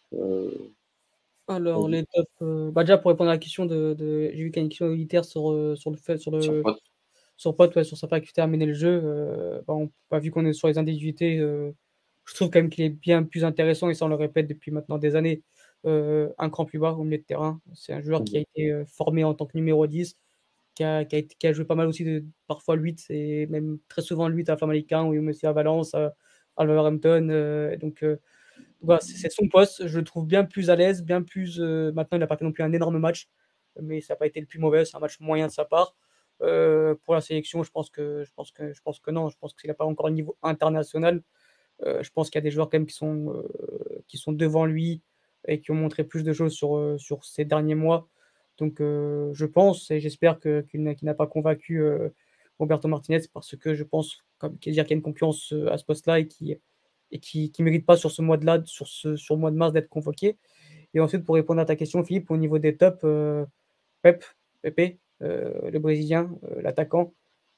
Alors, les tops. Déjà, pour répondre à la question j'ai vu qu'il y a une question militaire sur le fait, sur Pote, ouais, sur sa faculté à mener le jeu. Vu qu'on est sur les individualités, je trouve quand même qu'il est bien plus intéressant, et ça on le répète depuis maintenant des années, un cran plus bas au milieu de terrain. C'est un joueur qui a été formé en tant que numéro 10, qui a joué pas mal aussi, parfois 8, et même très souvent 8 à Famalicão, ou aussi à Valence, à Wolverhampton. Donc voilà, c'est son poste. Je le trouve bien plus à l'aise, bien plus. Maintenant, il n'a pas fait non plus un énorme match, mais ça n'a pas été le plus mauvais. C'est un match moyen de sa part. Pour la sélection, je pense que non. Je pense qu'il n'a pas encore le niveau international. Je pense qu'il y a des joueurs quand même qui sont devant lui et qui ont montré plus de choses sur ces derniers mois. Donc, je pense et j'espère qu'il n'a pas convaincu Roberto Martinez, parce que je pense qu'il y a une concurrence à ce poste-là, et qui mérite pas sur ce mois sur le mois de mars d'être convoqué. Et ensuite, pour répondre à ta question, Philippe, au niveau des tops, Pepe, le Brésilien, l'attaquant.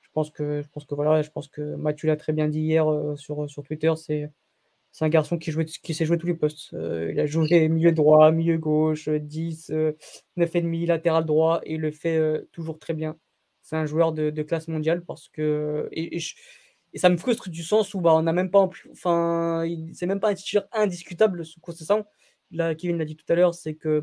Je pense que Mathieu l'a très bien dit hier sur Twitter. C'est un garçon qui sait jouer tous les postes. Il a joué milieu droit, milieu gauche, 10, 9,5, latéral droit, et il le fait toujours très bien. C'est un joueur de classe mondiale, parce que et ça me frustre du sens où on n'a même pas c'est même pas un titulaire indiscutable sous Conceição. Là, Kevin l'a dit tout à l'heure, c'est que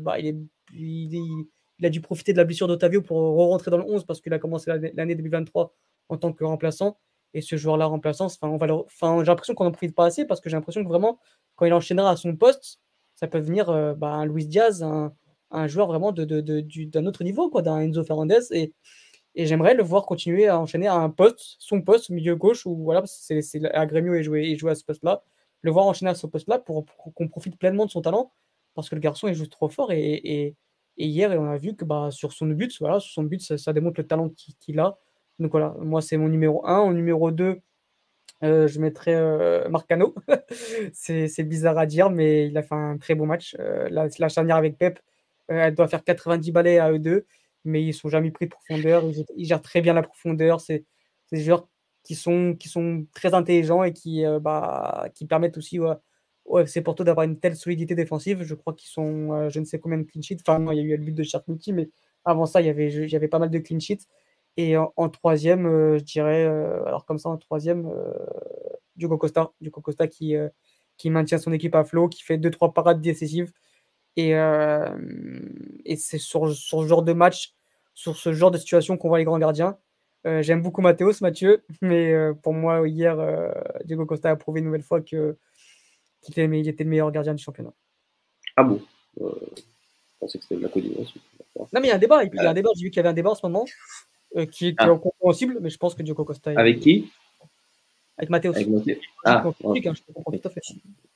il a dû profiter de la blessure d'Otavio pour re-rentrer dans le 11, parce qu'il a commencé l'année 2023 en tant que remplaçant. Et ce joueur-là remplaçant, j'ai l'impression qu'on n'en profite pas assez, parce que j'ai l'impression que vraiment, quand il enchaînera à son poste, ça peut venir un Luis Diaz, un joueur vraiment d'un autre niveau, quoi, d'un Enzo Fernandez. Et j'aimerais le voir continuer à enchaîner à son poste, milieu gauche, où voilà, c'est à Grêmio et jouer à ce poste-là. Le voir enchaîner à ce poste-là pour qu'on profite pleinement de son talent, parce que le garçon, il joue trop fort. Et hier, on a vu que sur son but, ça démontre le talent qu'il a. Donc voilà, moi, c'est mon numéro 1. En numéro 2, je mettrais Marcano. C'est bizarre à dire, mais il a fait un très bon match. La charnière avec Pep, elle doit faire 90 balais à eux deux, mais ils ne sont jamais pris de profondeur. Ils gèrent très bien la profondeur. C'est des joueurs qui sont très intelligents, et qui permettent aussi au FC Porto d'avoir une telle solidité défensive. Je crois qu'ils sont je ne sais combien de clean sheets. Enfin, non, il y a eu le but de Charpentier, mais avant ça, il y avait pas mal de clean sheets. Et en troisième, je dirais, alors comme ça, en troisième, Diogo Costa. Diogo Costa qui maintient son équipe à flot, qui fait 2-3 parades décisives. Et c'est sur ce genre de match, sur ce genre de situation, qu'on voit les grands gardiens. J'aime beaucoup Mathieu, mais pour moi, hier, Diogo Costa a prouvé une nouvelle fois qu'il était le meilleur gardien du championnat. Ah bon, pensais que c'était de la Côte d'Ivoire aussi. Non, mais il y a un débat. Il y a un débat. J'ai vu qu'il y avait un débat en ce moment qui est incompréhensible, mais je pense que Diogo Costa. Avec qui? Avec Mathéos. Avec Mathéos. Je comprends tout à fait.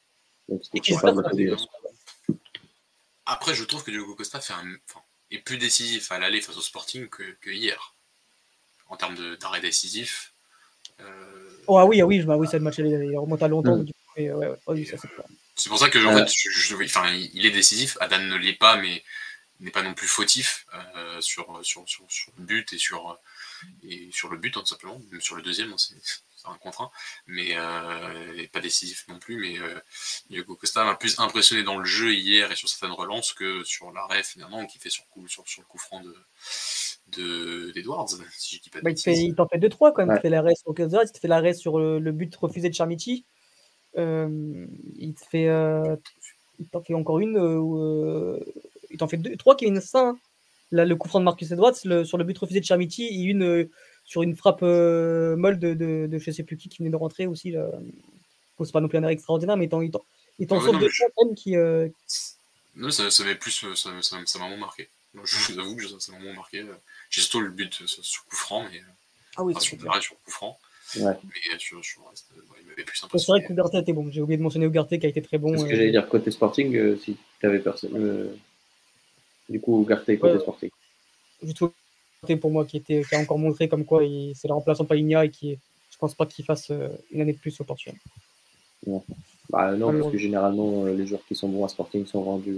Après, je trouve que Diogo Costa est plus décisif à l'aller face au Sporting que hier. En termes d'arrêt décisif. Oui, c'est le match, il remonte à longtemps. Du coup, oui, ça, c'est clair. C'est pour ça que il est décisif. Adan ne l'est pas, mais n'est pas non plus fautif sur le but et sur le but, tout simplement. Même sur le deuxième, c'est un contre un. Mais pas décisif non plus. Mais Diogo Costa m'a plus impressionné dans le jeu hier et sur certaines relances que sur l'arrêt, finalement, qui fait sur le coup franc d'Edwards, si je dis pas de bêtises. Il t'en fait 2-3 quand même. Il te fait l'arrêt sur Edwards, il te fait l'arrêt sur le but refusé de Chermiti. Il t'en fait encore une. Il t'en fait 3 qui est une ça. Là, le coup franc de Marcus Edwards sur le but refusé de Chermiti et une sur une frappe molle de je sais plus qui venait de rentrer aussi. Là. Bon, c'est pas non plus un arrêt extraordinaire, mais il t'en sort 2 quand même qui. Non, ça m'a vraiment marqué. Je vous avoue que ça m'a vraiment marqué. J'ai surtout le but sur coup franc, mais sur coup franc. Ouais. Mais sur le reste, il m'avait plus impressionné. C'est vrai que Ugarte était bon. J'ai oublié de mentionner Ugarte qui a été très bon. C'est ce que j'allais dire côté Sporting, si tu avais personne. Du coup, Ugarte côté Sporting. Juste Ugarte pour moi qui a encore montré comme quoi c'est le remplaçant de Palinha et je pense pas qu'il fasse une année de plus au Portugal. Non, parce que généralement, les joueurs qui sont bons à Sporting sont vendus.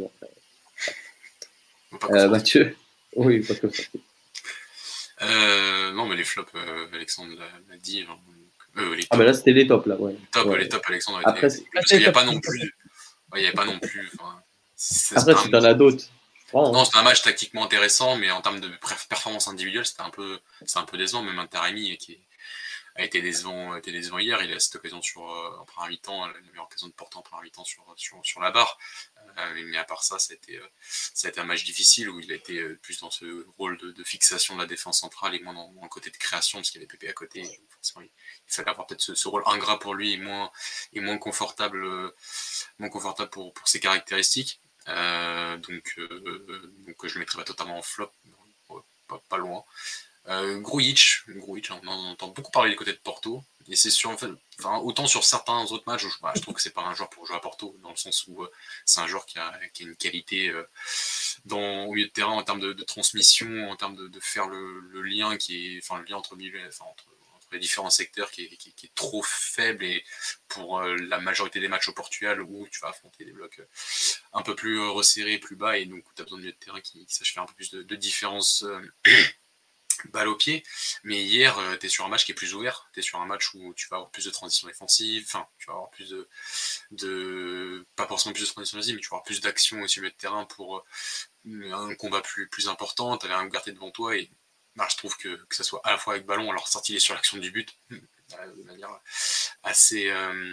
Mathieu. Oui, pas que Sporting. Non, mais les flops, Alexandre l'a dit. Là, c'était les tops, là. Ouais. Les tops, Alexandre. Après, il n'y a pas non plus. Il n'y avait pas non plus. Après, si t'en as d'autres. Non, c'était un match tactiquement intéressant, mais en termes de performance individuelle, c'est un peu décevant. Même un Taremi qui a été décevant hier. Il a cette occasion en première mi-temps, la meilleure occasion de porter en première mi-temps sur la barre. Mais à part ça, ça a été un match difficile où il a été plus dans ce rôle de fixation de la défense centrale et moins dans le côté de création, parce qu'il y avait Pépé à côté. Il fallait avoir peut-être ce rôle ingrat pour lui et moins confortable pour ses caractéristiques. Donc je mettrais pas totalement en flop, pas loin. Grujic, on en entend beaucoup parler du côté de Porto, et c'est autant sur certains autres matchs, je trouve que c'est pas un joueur pour jouer à Porto, dans le sens où c'est un joueur qui a une qualité au milieu de terrain en termes de transmission, en termes de faire le lien le lien entre les différents secteurs qui est trop faible, et pour la majorité des matchs au Portugal où tu vas affronter des blocs un peu plus resserrés, plus bas, et donc tu as besoin de milieu de terrain qui sache faire un peu plus de différence balle au pied. Mais hier, tu es sur un match qui est plus ouvert, tu es sur un match où tu vas avoir plus de transition défensive, tu vas avoir plus pas forcément plus de transition défensive, mais tu vas avoir plus d'action aussi au milieu de terrain pour un combat plus important. Tu avais un Ugarte devant toi, et je trouve que ça soit à la fois avec ballon, alors certes il est sur l'action du but de manière assez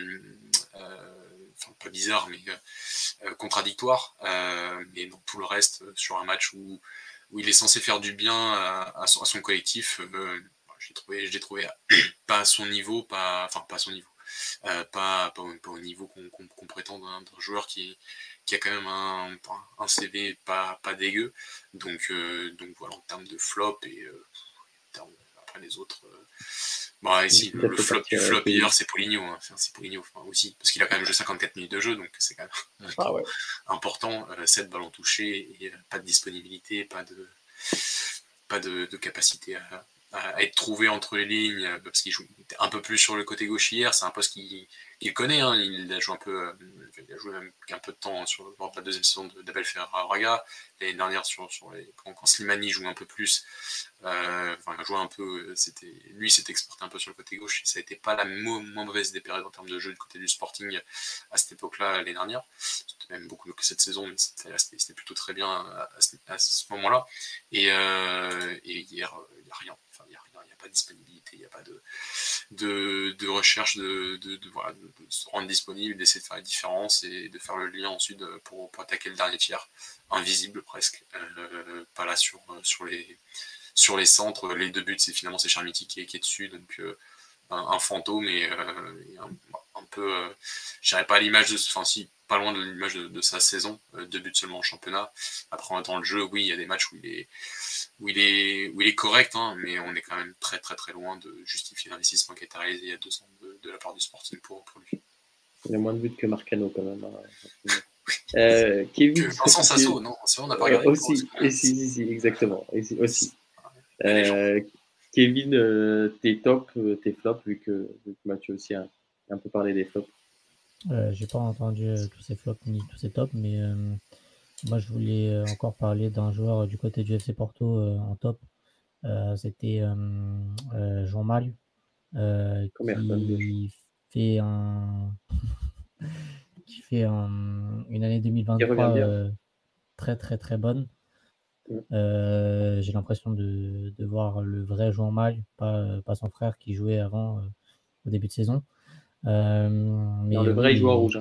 pas bizarre, mais contradictoire, mais dans tout le reste, sur un match où il est censé faire du bien à son collectif, je l'ai trouvé pas à son niveau, pas à son niveau, pas au niveau qu'on prétend d'un joueur qui a quand même un CV pas dégueu, donc voilà, en termes de flop, et après les autres, ici le flop du flop hier, c'est Paulinho, c'est Paulinho aussi, parce qu'il a quand même joué 54 minutes de jeu, donc c'est quand même important. 7 ballons touchés et pas de disponibilité, pas de capacité à être trouvé entre les lignes, parce qu'il joue un peu plus sur le côté gauche hier. C'est un poste qu'il connaît, il a joué même un peu de temps lors de la deuxième saison d'Abel Ferreira. L'année dernière, quand Slimani joue un peu plus, jouait un peu, lui s'est exporté un peu sur le côté gauche, et ça n'était pas la moins mauvaise des périodes en termes de jeu du côté du Sporting à cette époque-là, l'année dernière. C'était même beaucoup mieux que cette saison, mais c'était plutôt très bien à ce moment-là. Et hier, il n'y a rien. Il n'y a pas de disponibilité, il n'y a pas de recherche de se rendre disponible, d'essayer de faire la différence et de faire le lien ensuite pour attaquer le dernier tiers, invisible presque. Pas là sur les centres. Les 2 buts, finalement c'est Chermiti qui est dessus, donc un fantôme, et un peu, je dirais pas à l'image de, pas loin de l'image de sa saison, 2 buts seulement en championnat. Après, en attendant le jeu, oui, il y a des matchs où il est correct, hein, mais on est quand même très très très loin de justifier l'investissement qui a été réalisé il y a 2 ans de la part du Sporting pour lui. Il y a moins de buts que Marcano quand même. Kevin, Vincent Sasso, non, c'est vrai, on n'a pas regardé. Aussi, si, exactement. Aussi. Kevin, tes tops, tes flops, vu que Mathieu aussi a un peu parlé des flops. J'ai pas entendu tous ces flops ni tous ces tops, mais moi je voulais encore parler d'un joueur du côté du FC Porto en top. C'était Jean Mal qui fait une année 2023 très très très bonne. J'ai l'impression de voir le vrai Jean Mal, pas son frère qui jouait avant au début de saison. Mais le vrai joueur rouge.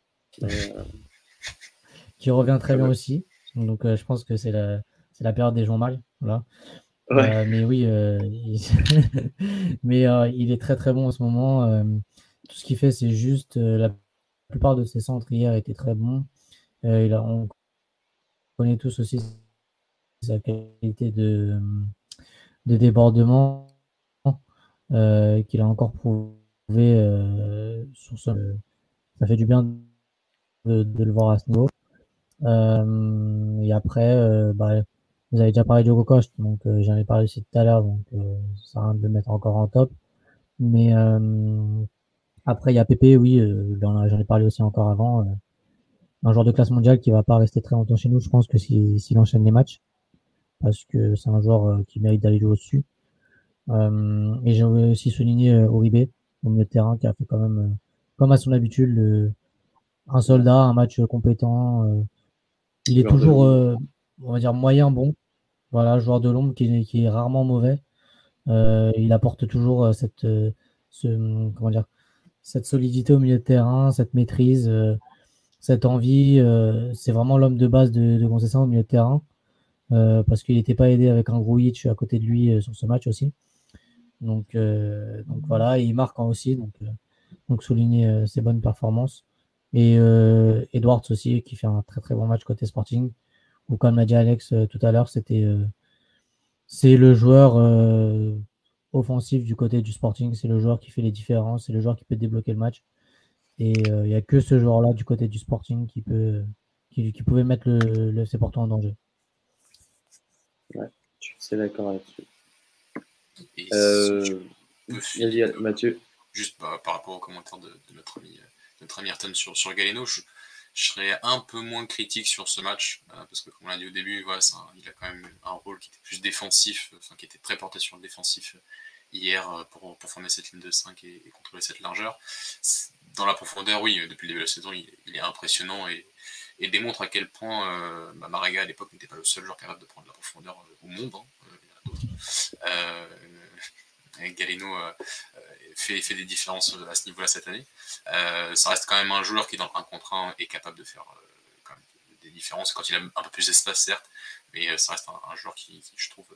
Qui revient très bien aussi. Donc je pense que c'est la période des Jean Mal. Voilà. Ouais. Mais oui, mais il est très très bon en ce moment. Tout ce qu'il fait, c'est juste la plupart de ses centres hier étaient très bons. On connaît tous aussi sa qualité de débordement qu'il a encore prouvé sur ça fait du bien de le voir à ce niveau. Et après, vous avez déjà parlé de Diogo Costa, donc j'en ai parlé aussi tout à l'heure, donc ça sert à rien de le mettre encore en top. Mais après, il y a Pépé, oui, j'en ai parlé aussi encore avant. Un joueur de classe mondiale qui va pas rester très longtemps chez nous, je pense que s'il enchaîne les matchs, parce que c'est un joueur qui mérite d'aller jouer au-dessus. Et j'ai aussi souligné Uribe, au milieu de terrain, qui a fait quand même, comme à son habitude, un soldat, un match compétent. Il est toujours, on va dire, moyen bon. Voilà, joueur de l'ombre qui est rarement mauvais. Il apporte toujours comment dire, cette solidité au milieu de terrain, cette maîtrise, cette envie. C'est vraiment l'homme de base de Conceição au milieu de terrain. Parce qu'il n'était pas aidé avec un Grujic à côté de lui sur ce match aussi. Donc voilà, et il marque aussi. Donc souligner ses bonnes performances. Et Edwards aussi, qui fait un très très bon match côté Sporting. Ou comme l'a dit Alex tout à l'heure, c'est le joueur offensif du côté du Sporting, c'est le joueur qui fait les différences, c'est le joueur qui peut débloquer le match. Et il n'y a que ce joueur-là du côté du Sporting qui pouvait mettre le FC Porto en danger. Ouais, je suis d'accord là-dessus. Vas-y, Mathieu. Juste par rapport aux commentaires de notre ami Ayrton sur Galeno, je serais un peu moins critique sur ce match, parce que comme on l'a dit au début, voilà, il a quand même un rôle qui était plus défensif, qui était très porté sur le défensif hier pour former cette ligne de 5 et contrôler cette largeur. Dans la profondeur, oui, depuis le début de la saison, il est impressionnant et démontre à quel point Marega à l'époque n'était pas le seul joueur capable de prendre la profondeur au monde. Il y en a d'autres. Galeno fait des différences à ce niveau-là cette année. Ça reste quand même un joueur qui, dans un contre 1, est capable de faire quand même des différences quand il a un peu plus d'espace, certes, mais ça reste un joueur qui je trouve,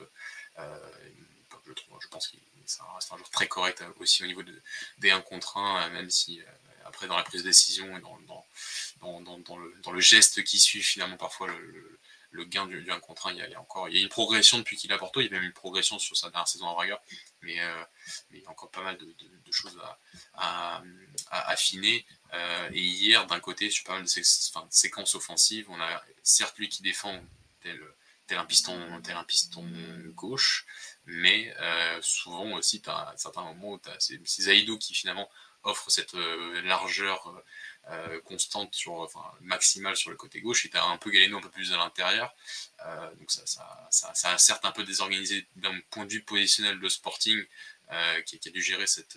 je pense que ça reste un joueur très correct aussi au niveau des 1 contre 1, même si après dans la prise de décision et dans le geste qui suit finalement parfois le gain du 1 contre 1, il y a une progression depuis qu'il est à Porto, il y a même une progression sur sa dernière saison à Braga, mais il y a encore pas mal de choses à affiner. Et hier, d'un côté, sur pas mal de séquences offensives, on a certes lui qui défend tel un piston gauche, mais souvent aussi, tu as certains moments où c'est Zaïdou qui finalement offre cette largeur constante maximale sur le côté gauche, et tu as un peu Galeno un peu plus à l'intérieur, donc ça a certes un peu désorganisé d'un point de vue positionnel de Sporting, qui a dû gérer cette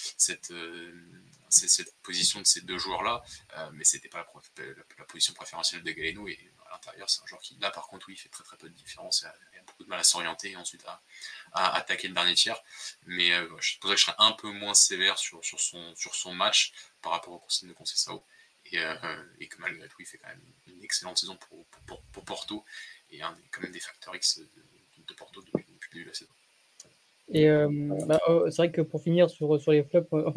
position de ces deux joueurs-là, mais c'était pas la position préférentielle de Galeno, et à l'intérieur c'est un joueur qui là par contre oui fait très très peu de différence, et a beaucoup de mal à s'orienter et ensuite à attaquer le dernier tiers, mais c'est pour ça que je serais un peu moins sévère sur son match par rapport aux consignes de Conceição, et que malgré tout il fait quand même une excellente saison pour Porto, et quand même des facteurs X de Porto depuis le début de la saison. Et c'est vrai que pour finir sur les flops,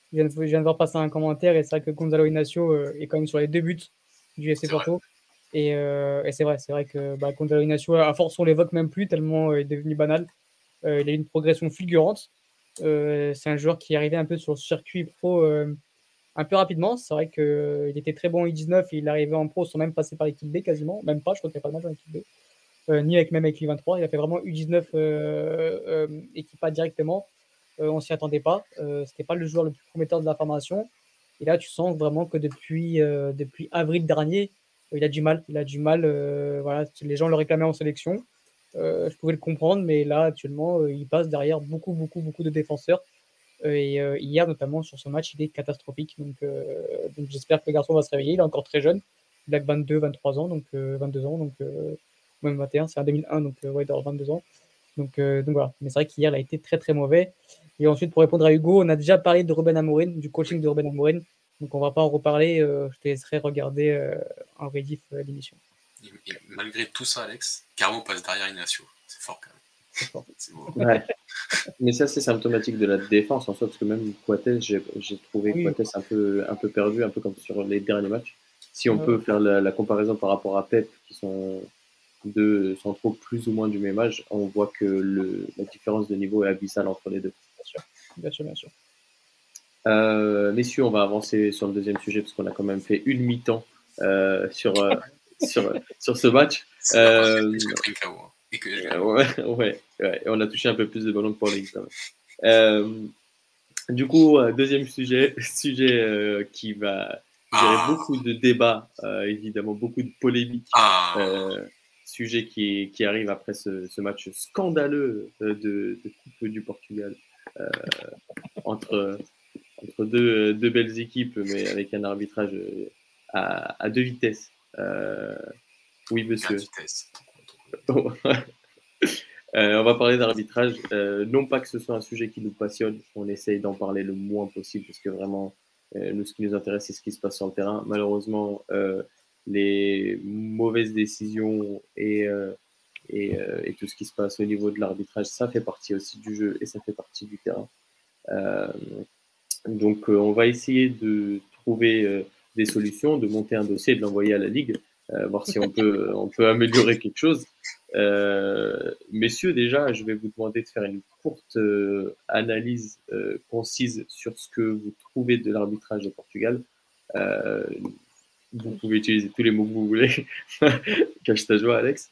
Je viens de voir passer un commentaire et c'est vrai que Gonzalo Inacio est quand même sur les 2 buts du FC Porto. Et c'est vrai que Gonzalo Inacio, à force, on l'évoque même plus tellement il est devenu banal. Il a eu une progression fulgurante. C'est un joueur qui est arrivé un peu sur le circuit pro un peu rapidement. C'est vrai qu'il était très bon en U19 et il est arrivé en pro sans même passer par l'équipe B quasiment. Même pas, je crois qu'il n'y a pas de match en équipe B. Ni même avec l'U23. Il a fait vraiment U19 équipe A directement. On s'y attendait pas. C'était pas le joueur le plus prometteur de la formation. Et là, tu sens vraiment que depuis avril dernier, il a du mal. Voilà, les gens le réclamaient en sélection. Je pouvais le comprendre, mais là, actuellement, il passe derrière beaucoup de défenseurs. Et hier, notamment, sur ce match, il est catastrophique. Donc j'espère que le garçon va se réveiller. Il est encore très jeune. Il a que 22, 23 ans, donc 22 ans, donc même 21, c'est un 2001, donc ouais, il doit avoir 22 ans. Donc voilà. Mais c'est vrai qu'hier, il a été très mouvais. Et ensuite, pour répondre à Hugo, on a déjà parlé de Ruben Amorim, du coaching de Ruben Amorim. Donc on va pas en reparler. Je te laisserai regarder en rediff l'émission. Et malgré tout ça, Alex, Carmo passe derrière Inacio. C'est fort quand même. C'est fort. C'est beau. Ouais. Mais ça, c'est symptomatique de la défense en soi, parce que même Coates, j'ai trouvé Oui. Coates un peu perdu, un peu comme sur les derniers matchs. Si on peut faire la comparaison par rapport à Pep, qui sont deux centraux plus ou moins du même âge, on voit que la différence de niveau est abyssale entre les deux. Bien sûr. Messieurs, on va avancer sur le deuxième sujet, parce qu'on a quand même fait une mi-temps sur ce match. Ouais. Et on a touché un peu plus de ballons que pour les quand même. Du coup, deuxième sujet qui va générer beaucoup de débats, évidemment, beaucoup de polémiques. Sujet qui arrive après ce match scandaleux de Coupe du Portugal entre deux belles équipes, mais avec un arbitrage à deux vitesses. Oui, monsieur. On va parler d'arbitrage. Non pas que ce soit un sujet qui nous passionne, on essaye d'en parler le moins possible parce que vraiment, nous, ce qui nous intéresse, c'est ce qui se passe sur le terrain. Malheureusement, les mauvaises décisions et tout ce qui se passe au niveau de l'arbitrage, ça fait partie aussi du jeu et ça fait partie du terrain. Donc, on va essayer de trouver des solutions, de monter un dossier et de l'envoyer à la Ligue, voir si on peut améliorer quelque chose. Messieurs, déjà, je vais vous demander de faire une courte analyse concise sur ce que vous trouvez de l'arbitrage au Portugal. Vous pouvez utiliser tous les mots que vous voulez. Cache ta joie, Alex.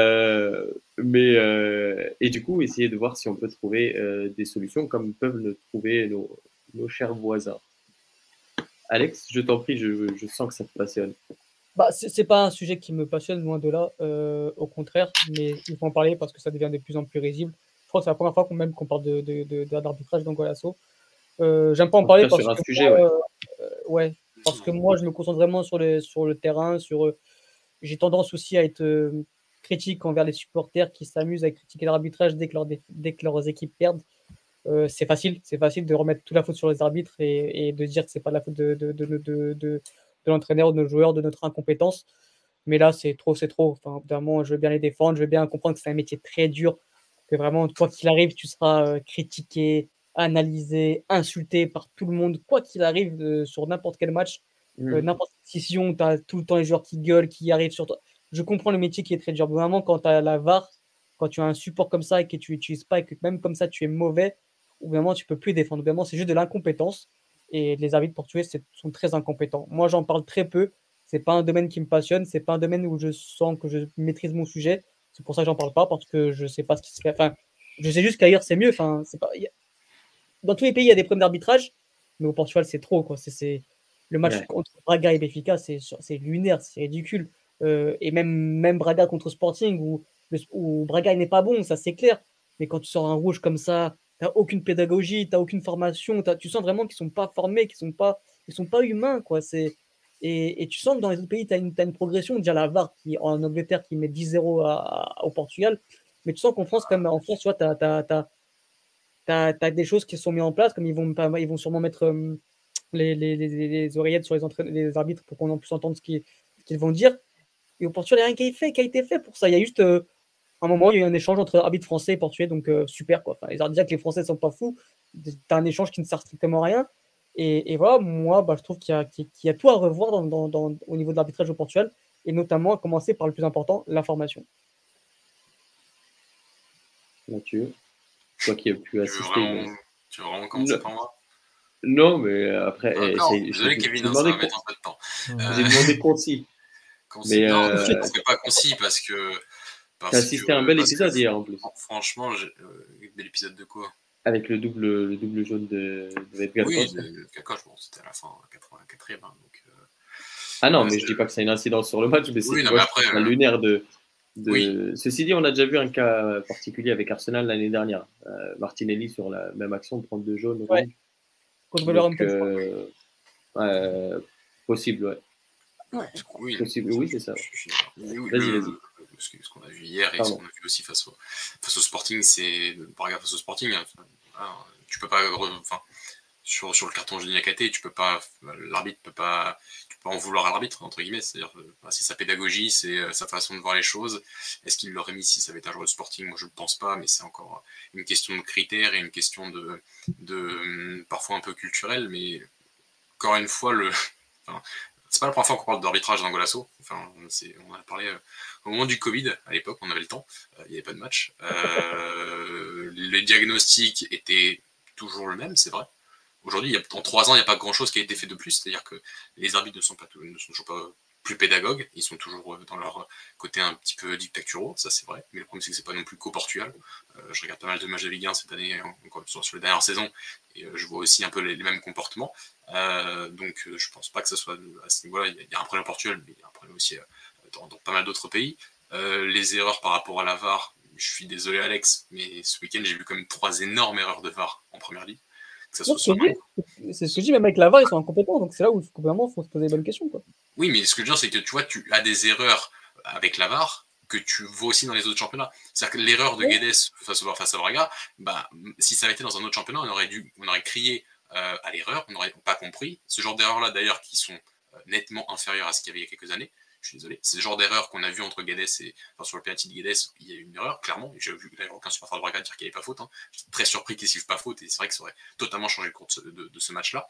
Et du coup, essayer de voir si on peut trouver des solutions comme peuvent le trouver nos chers voisins. Alex, je t'en prie, je sens que ça te passionne. C'est pas un sujet qui me passionne, loin de là, au contraire, mais il faut en parler parce que ça devient de plus en plus risible. Je crois que c'est la première fois qu'on parle d'arbitrage dans Golasso. J'aime pas en parler parce sur un que sujet, ouais, parce que moi je me concentre vraiment sur le terrain, j'ai tendance aussi à être critique envers les supporters qui s'amusent à critiquer l'arbitrage dès que leurs équipes perdent. C'est facile de remettre toute la faute sur les arbitres et de dire que c'est pas la faute de l'entraîneur, de nos joueurs, de notre incompétence. Mais là, c'est trop. Enfin, vraiment, je veux bien les défendre, je veux bien comprendre que c'est un métier très dur, que vraiment, quoi qu'il arrive, tu seras critiqué, analysé, insulté par tout le monde, quoi qu'il arrive sur n'importe quel match, n'importe quelle décision, tu as tout le temps les joueurs qui gueulent, qui arrivent sur toi. Je comprends le métier qui est très dur. Vraiment, quand tu as la VAR, quand tu as un support comme ça et que tu n'utilises pas et que même comme ça, tu es mauvais, ou vraiment, tu peux plus défendre. Vraiment, c'est juste de l'incompétence. Et les arbitres portugais sont très incompétents. Moi, j'en parle très peu. C'est pas un domaine qui me passionne. C'est pas un domaine où je sens que je maîtrise mon sujet. C'est pour ça que j'en parle pas, parce que je sais pas ce qui se fait. Enfin, je sais juste qu'ailleurs, c'est mieux. Enfin, c'est pas... Dans tous les pays, il y a des problèmes d'arbitrage, mais au Portugal, c'est trop, quoi. Le match contre Braga et Benfica, c'est lunaire, c'est ridicule. Et même Braga contre Sporting, où Braga n'est pas bon, ça c'est clair. Mais quand tu sors un rouge comme ça, t'as aucune pédagogie, t'as aucune formation, tu sens vraiment qu'ils sont pas formés, qu'ils sont pas humains, quoi. Et tu sens que dans les autres pays, t'as une progression. Déjà la VAR en Angleterre qui met 10-0 au Portugal, mais tu sens qu'en France, quand même, en France, tu vois, t'as des choses qui sont mises en place, comme ils vont sûrement mettre les oreillettes sur les arbitres pour qu'on puisse entendre ce qu'ils vont dire. Et au Portugal, il n'y a rien qui a été fait pour ça. Il y a juste un moment, il y a eu un échange entre arbitres français et portugais, donc super, quoi. Enfin, déjà que les Français sont pas fous, t'as un échange qui ne sert strictement à rien. Et voilà, moi, je trouve qu'il y a tout à revoir au niveau de l'arbitrage au Portugal, et notamment à commencer par le plus important, l'information. Mathieu, toi qui as pu assister. Tu veux vraiment commencer par moi? Non, mais après, désolé Kevin, ça va mettre un peu de temps. J'ai demandé concis. Mais non, c'est pas concis parce que. T'as assisté à un bel épisode hier en plus. Franchement, bel épisode de quoi? Avec le double jaune de Edgar Costa. Oui, de Edgar Costa, c'était à la fin, 84e. Hein, donc, ah non, mais je dis pas que c'est une incidence sur le match, mais c'est un lunaire de. Oui. Ceci dit, on a déjà vu un cas particulier avec Arsenal l'année dernière. Martinelli sur la même action, 32 jaunes. Ouais. Contre possible, ouais. Ouais, je crois. Oui, possible, oui, c'est ça. Vas-y. Ce qu'on a vu hier et ce qu'on a vu aussi face au Sporting, c'est par exemple face au Sporting, tu peux pas, sur le carton de Niakate, tu peux pas, l'arbitre peut pas, tu peux en vouloir à l'arbitre entre guillemets, c'est-à-dire c'est sa pédagogie, c'est sa façon de voir les choses. Est-ce qu'il l'aurait mis si ça avait été un joueur de Sporting? Moi je ne pense pas, mais c'est encore une question de critères et une question de parfois un peu culturelle, mais encore une fois c'est pas la première fois qu'on parle d'arbitrage dans Golasso. Enfin, on a parlé au moment du Covid, à l'époque, on avait le temps, il n'y avait pas de match. Les diagnostics étaient toujours le même, c'est vrai. Aujourd'hui, en 3 ans, il n'y a pas grand-chose qui a été fait de plus. C'est-à-dire que les arbitres ne sont toujours pas plus pédagogues. Ils sont toujours dans leur côté un petit peu dictaturaux, ça c'est vrai. Mais le problème, c'est que c'est pas non plus qu'au Portugal. Je regarde pas mal de matchs de Ligue 1 cette année, encore sur les dernières saisons, et je vois aussi un peu les mêmes comportements. Donc je pense pas que ce soit à ce niveau-là. Il y a un problème au Portugal, mais il y a un problème aussi dans pas mal d'autres pays. Les erreurs par rapport à la VAR, je suis désolé Alex, mais ce week-end j'ai vu comme 3 énormes erreurs de VAR en première ligue. C'est ce que je dis, même avec la VAR, ils sont incompétents, donc c'est là où complètement il faut se poser les bonnes questions. Quoi. Oui, mais ce que je veux dire, c'est que tu vois, tu as des erreurs avec la VAR que tu vois aussi dans les autres championnats. C'est-à-dire que l'erreur de Guedes face à Braga, si ça avait été dans un autre championnat, on aurait crié à l'erreur, on n'aurait pas compris. Ce genre d'erreurs-là, d'ailleurs, qui sont nettement inférieures à ce qu'il y avait il y a quelques années. Je suis désolé. C'est le genre d'erreur qu'on a vu entre Guedes et. Enfin, sur le penalty de Guedes, il y a eu une erreur, clairement. J'ai vu d'ailleurs aucun supporter de Braga dire qu'il n'y avait pas faute. Hein. J'étais très surpris qu'il ne siffle pas faute, et c'est vrai que ça aurait totalement changé le cours de ce match-là,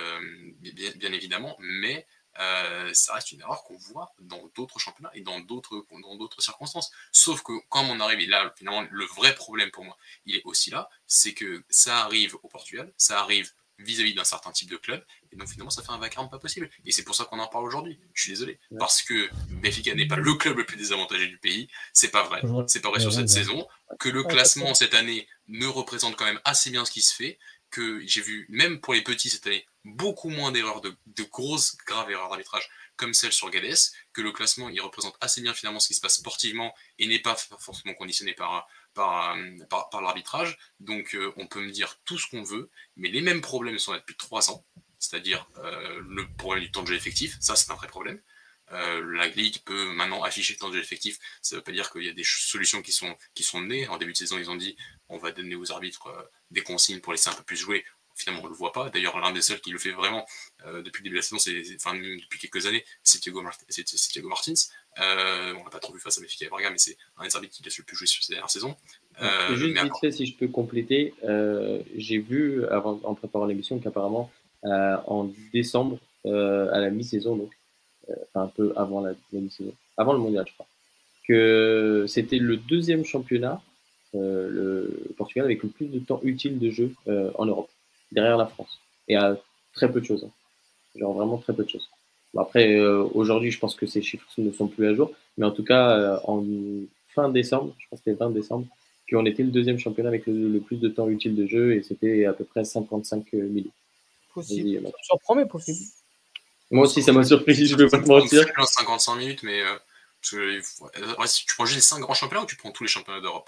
bien évidemment. Mais ça reste une erreur qu'on voit dans d'autres championnats et dans d'autres circonstances. Sauf que quand on arrive, et là, finalement, le vrai problème pour moi, il est aussi là, c'est que ça arrive au Portugal, ça arrive vis-à-vis d'un certain type de club, et donc finalement ça fait un vacarme pas possible. Et c'est pour ça qu'on en parle aujourd'hui. Je suis désolé, parce que Benfica n'est pas le club le plus désavantagé du pays, c'est pas vrai. C'est pas vrai sur cette saison, que le classement cette année ne représente quand même assez bien ce qui se fait, que j'ai vu, même pour les petits cette année, beaucoup moins d'erreurs, de grosses, graves erreurs d'arbitrage, comme celle sur Guedes, que le classement il représente assez bien finalement ce qui se passe sportivement et n'est pas forcément conditionné par l'arbitrage. Donc on peut me dire tout ce qu'on veut, mais les mêmes problèmes sont là depuis 3 ans, c'est-à-dire le problème du temps de jeu effectif, ça c'est un vrai problème. La Ligue peut maintenant afficher le temps de jeu effectif, ça ne veut pas dire qu'il y a des solutions qui sont nées. En début de saison, ils ont dit on va donner aux arbitres des consignes pour laisser un peu plus jouer. Finalement, on ne le voit pas. D'ailleurs, l'un des seuls qui le fait vraiment depuis le début de la saison, depuis quelques années, c'est Thiago Martins. On n'a pas trop vu face à Benfica et Braga, mais c'est un des arbitres qui laisse le plus jouer sur ces dernières saisons. Juste vite fait, si je peux compléter, j'ai vu en préparant l'émission qu'apparemment en décembre, à la mi-saison, donc un peu avant la mi-saison, avant le mondial, je crois, que c'était le deuxième championnat, le Portugal, avec le plus de temps utile de jeu en Europe, derrière la France, et à très peu de choses, genre vraiment très peu de choses. Bon, après, aujourd'hui, je pense que ces chiffres ne sont plus à jour, mais en tout cas, en fin décembre, je pense que c'était 20 décembre, qu'on était le deuxième championnat avec le plus de temps utile de jeu, et c'était à peu près 55 minutes. Possible. Ça me surprend, mais possible. Moi aussi, ça m'a surpris, je ne vais pas te mentir. 55 minutes, mais si tu prends juste les 5 grands championnats ou tu prends tous les championnats d'Europe?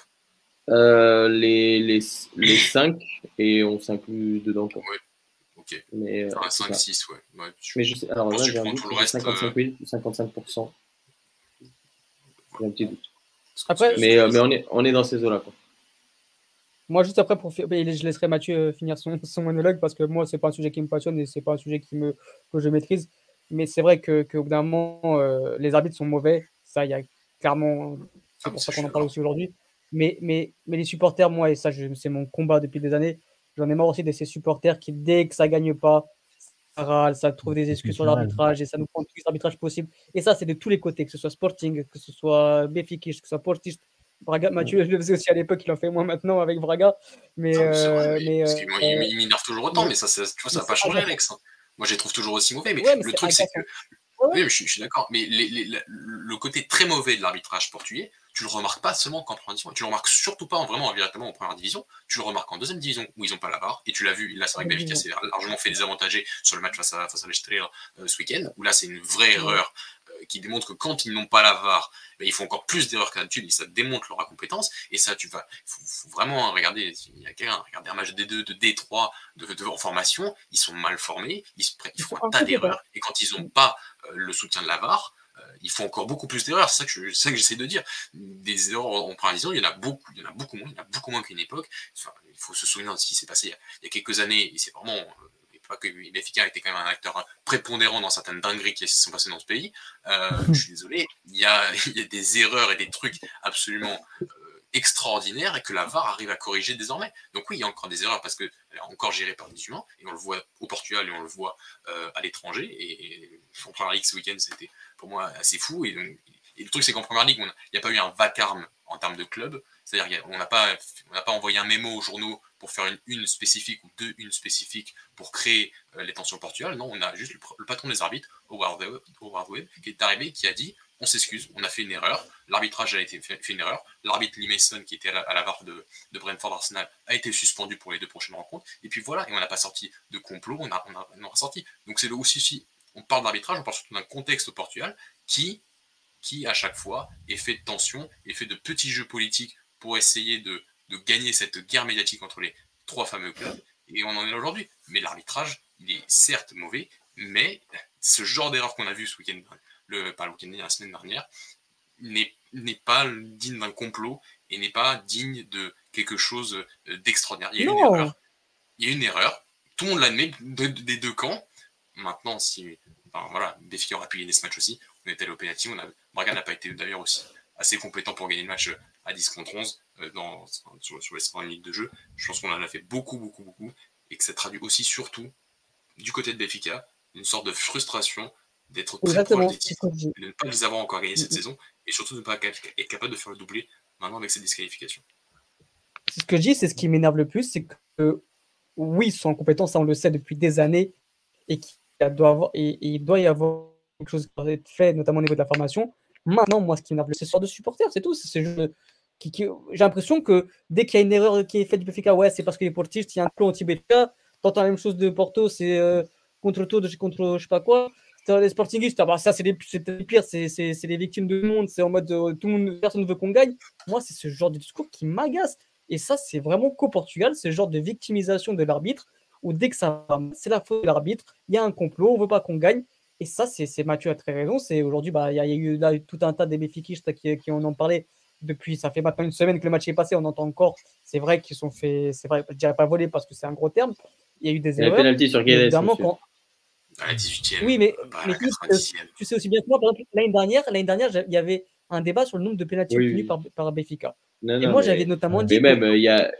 Les 5, et on s'inclut dedans. Quoi. Ouais, ok. Mais, 5-6, ouais. Mais je sais, alors là, j'ai un doute, tout le reste, 55 000 ou 55%. J'ai un petit doute. Après, mais on est dans ces eaux-là. Quoi. Moi, juste après, je laisserai Mathieu finir son monologue, parce que moi, c'est pas un sujet qui me passionne et c'est pas un sujet que je maîtrise. Mais c'est vrai qu'au bout d'un moment, les arbitres sont mauvais. Ça, il y a clairement. C'est pour ça qu'on en parle aussi aujourd'hui. Mais les supporters, moi, et ça, c'est mon combat depuis des années, j'en ai marre aussi de ces supporters qui, dès que ça gagne pas, râle, ça trouve des excuses sur l'arbitrage et ça nous prend tous les arbitrages possibles. Et ça, c'est de tous les côtés, que ce soit Sporting, que ce soit Benfica, que ce soit Portiste. Braga, Mathieu, je le faisais aussi à l'époque, il en fait moins maintenant avec Braga. Mais, parce qu'il m'énerve toujours autant, mais ça, tu vois, ça n'a pas changé, Alex. Moi, je les trouve toujours aussi mauvais. Mais le truc, c'est que. Oui, mais je suis d'accord. Mais le côté très mauvais de l'arbitrage portugais, tu le remarques pas seulement qu'en première division. Tu le remarques surtout pas vraiment directement en première division. Tu le remarques en deuxième division où ils n'ont pas la VAR. Et tu l'as vu, là, c'est vrai que Benfica s'est largement fait désavantagé sur le match face à l'Estrela ce week-end, où là, c'est une vraie erreur qui démontre que quand ils n'ont pas la VAR, ils font encore plus d'erreurs qu'à d'habitude et ça démontre leur incompétence. Et ça, il faut vraiment regarder. Il y a quelqu'un, regarder un match D2, de D3 en formation, ils sont mal formés, ils font un tas d'erreurs. Et quand ils n'ont pas le soutien de la VAR, il faut encore beaucoup plus d'erreurs. C'est ça que j'essaie de dire. Des erreurs en première division, il y en a beaucoup moins qu'à une époque. Enfin, il faut se souvenir de ce qui s'est passé il y a quelques années, et c'est vraiment pas que Benfica a été quand même un acteur prépondérant dans certaines dingueries qui se sont passées dans ce pays. Je suis désolé, il y a des erreurs et des trucs absolument extraordinaires et que la VAR arrive à corriger désormais. Donc oui, il y a encore des erreurs parce qu'elle est encore gérée par des humains, et on le voit au Portugal et on le voit à l'étranger. Et en première ligue ce week-end, c'était pour moi assez fou. Et le truc, c'est qu'en première ligue, il n'y a pas eu un vacarme en termes de club. C'est-à-dire qu'on n'a pas envoyé un mémo aux journaux pour faire une une spécifique ou deux une spécifiques pour créer les tensions au Portugal. Non, on a juste le patron des arbitres, Howard Webb, qui est arrivé, qui a dit on s'excuse, on a fait une erreur, l'arbitrage a fait une erreur, l'arbitre Lee Mason, qui était à la VAR de Brentford Arsenal, a été suspendu pour les 2 prochaines rencontres, et puis voilà, et on n'a pas sorti de complot, on a sorti. Donc c'est aussi, on parle d'arbitrage, on parle surtout d'un contexte au Portugal qui à chaque fois est fait de tensions, est fait de petits jeux politiques pour essayer de gagner cette guerre médiatique entre les 3 fameux clubs, et on en est là aujourd'hui. Mais l'arbitrage, il est certes mauvais, mais ce genre d'erreur qu'on a vu ce week-end, la semaine dernière, n'est pas digne d'un complot et n'est pas digne de quelque chose d'extraordinaire. Il y a une erreur, tout le monde l'admet des 2 camps. Maintenant, Benfica aurait pu gagner ce match aussi. On est allé au penalty, Braga n'a pas été d'ailleurs aussi assez compétent pour gagner le match à 10 contre 11 sur les 100 minutes de jeu. Je pense qu'on en a fait beaucoup, et que ça traduit aussi surtout du côté de Benfica une sorte de frustration d'être très proche des titres, de ne pas les avoir encore gagnés cette saison, et surtout de ne pas être capable de faire le doublé maintenant avec ces disqualifications. C'est ce que je dis, c'est ce qui m'énerve le plus, c'est que oui, ils sont en compétence, ça on le sait depuis des années, et il doit y avoir quelque chose qui doit être fait, notamment au niveau de la formation. Maintenant, moi, ce qui m'énerve, c'est ce sort de supporters, c'est tout. J'ai l'impression que dès qu'il y a une erreur qui est faite du Benfica, c'est parce que les portistes, il y a un plan anti-Benfica. T'entends la même chose de Porto, c'est contre je sais pas quoi. Les sportingistes, ça c'est les pires, c'est les victimes de tout le monde, c'est en mode tout le monde, personne ne veut qu'on gagne. Moi, c'est ce genre de discours qui m'agace. Et ça, c'est vraiment qu'au Portugal, c'est ce genre de victimisation de l'arbitre, où dès que ça va, c'est la faute de l'arbitre, il y a un complot, on ne veut pas qu'on gagne. Et ça, c'est Mathieu a très raison. C'est aujourd'hui, il y a eu là, tout un tas des béfiquistes qui en ont parlé depuis. Ça fait maintenant une semaine que le match est passé, on entend encore. C'est vrai qu'ils sont fait, c'est vrai, je dirais pas voler parce que c'est un gros terme. Il y a eu des erreurs. Il y a penalty sur Guedes. À la 18e. Oui, mais tu sais aussi bien que moi, par exemple, l'année dernière, il y avait un débat sur le nombre de pénaltys obtenus par Benfica. Et moi, j'avais notamment dit. Mais même, il y a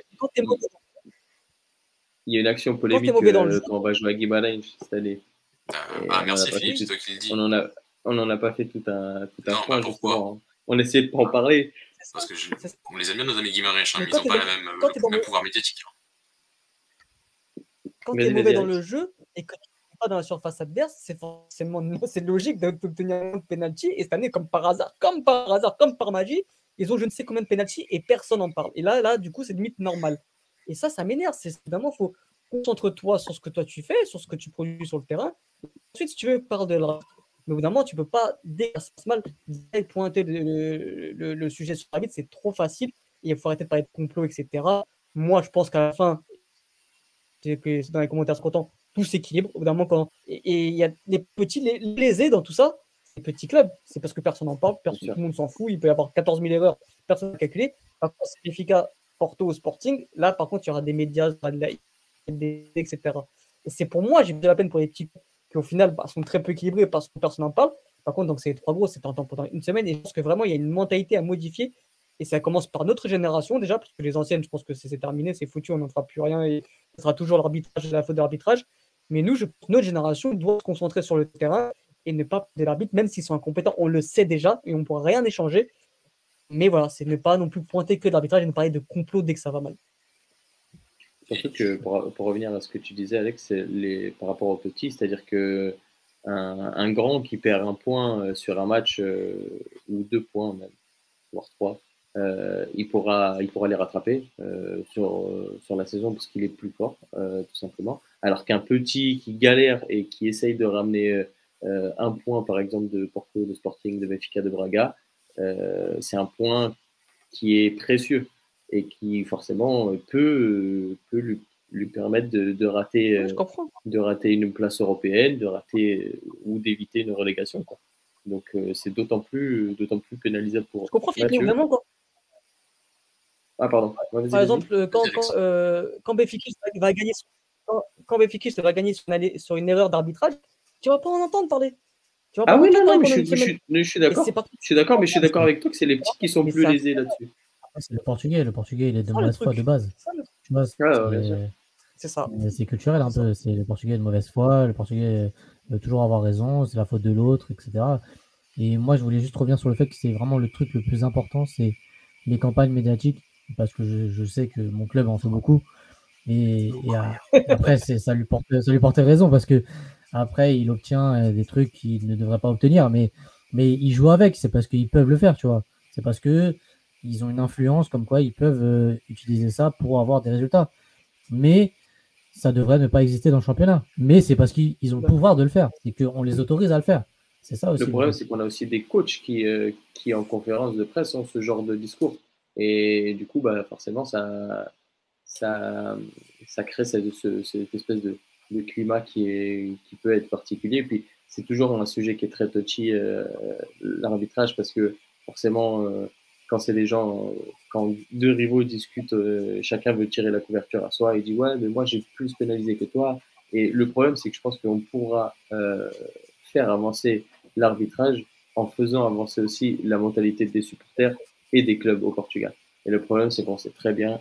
une action polémique quand on va jouer à Guimarães cette année. Merci Philippe, c'est toi qui le dis. On n'en a pas fait tout un point, justement. On essaie de pas en parler. Parce que on les aime bien, nos amis Guimarães, mais ils n'ont pas le même pouvoir médiatique. Quand tu es mauvais dans le jeu et que tu n'es pas dans la surface adverse, c'est logique d'obtenir un penalty. Et cette année, comme par hasard, comme par magie, ils ont je ne sais combien de penalty et personne n'en parle. Et là, du coup, c'est limite normal. Et ça m'énerve. Évidemment, il faut concentre-toi sur ce que toi tu fais, sur ce que tu produis sur le terrain. Ensuite, si tu veux, parle de l'arbitre. Mais évidemment, tu ne peux pas, dès que ça se passe mal, pointer le sujet sur l'arbitre, c'est trop facile. Et il faut arrêter de parler de complot, etc. Moi, je pense qu'à la fin, c'est dans les commentaires content, tout s'équilibre. Évidemment, et il y a les petits lésés dans tout ça, les petits clubs. C'est parce que personne n'en parle, tout le monde s'en fout. Il peut y avoir 14 000 erreurs, personne n'a calculé. Par contre, c'est efficace, Porto, Sporting. Là, par contre, il y aura des médias, etc. Et c'est pour moi, j'ai de la peine pour les petits qui, au final, sont très peu équilibrés parce que personne n'en parle. Par contre, donc c'est les 3 gros, c'est pendant une semaine. Et je pense que vraiment, il y a une mentalité à modifier. Et ça commence par notre génération déjà, parce que les anciennes, je pense que c'est terminé, c'est foutu, on n'en fera plus rien. Et ce sera toujours l'arbitrage, la faute de l'arbitrage. Mais nous, notre génération doit se concentrer sur le terrain et ne pas de l'arbitre, même s'ils sont incompétents. On le sait déjà et on ne pourra rien échanger. Mais voilà, c'est ne pas non plus pointer que de l'arbitrage et ne parler de complot dès que ça va mal. Surtout que pour revenir à ce que tu disais, Alex, par rapport aux petits, c'est-à-dire que un grand qui perd un point sur un match ou 2 points même, voire 3, il pourra les rattraper sur la saison parce qu'il est plus fort, tout simplement. Alors qu'un petit qui galère et qui essaye de ramener un point, par exemple, de Porto, de Sporting, de Benfica, de Braga, c'est un point qui est précieux et qui forcément peut lui permettre de rater, de rater une place européenne, de rater ou d'éviter une relégation, quoi. Donc c'est d'autant plus pénalisable pour Je comprends Mathieu. vraiment, quoi. Ah pardon. Ouais, par exemple, quand Benfica va gagner, quand Benfica va gagner sur une erreur d'arbitrage, tu vas pas en entendre parler. Ah oui, non, mais je suis d'accord. Je suis d'accord, mais je suis d'accord avec toi que c'est les petits qui sont plus lésés là-dessus. C'est le Portugais. Le Portugais, il est de mauvaise foi de base. Tu vois, c'est ça. C'est culturel un peu. C'est le Portugais de mauvaise foi. Le Portugais veut toujours avoir raison. C'est la faute de l'autre, etc. Et moi, je voulais juste revenir sur le fait que c'est vraiment le truc le plus important, c'est les campagnes médiatiques, parce que je sais que mon club en fait beaucoup. Et après, ça lui portait raison, parce que après, il obtient des trucs qu'il ne devrait pas obtenir, mais il joue avec. C'est parce qu'ils peuvent le faire, tu vois. C'est parce que ils ont une influence comme quoi ils peuvent utiliser ça pour avoir des résultats. Mais ça devrait ne pas exister dans le championnat. Mais c'est parce qu'ils ont le pouvoir de le faire. C'est qu'on les autorise à le faire. C'est ça aussi. Le problème, c'est qu'on a aussi des coachs qui, en conférence de presse, ont ce genre de discours. Et du coup, bah, forcément, ça crée cette espèce de climat qui peut être particulier. Et puis, c'est toujours un sujet qui est très touchy, l'arbitrage, parce que forcément, quand c'est des gens, quand deux rivaux discutent, chacun veut tirer la couverture à soi et dit ouais, mais moi j'ai plus pénalisé que toi. Et le problème, c'est que je pense qu'on pourra faire avancer l'arbitrage en faisant avancer aussi la mentalité des supporters et des clubs au Portugal. Et le problème, c'est qu'on sait très bien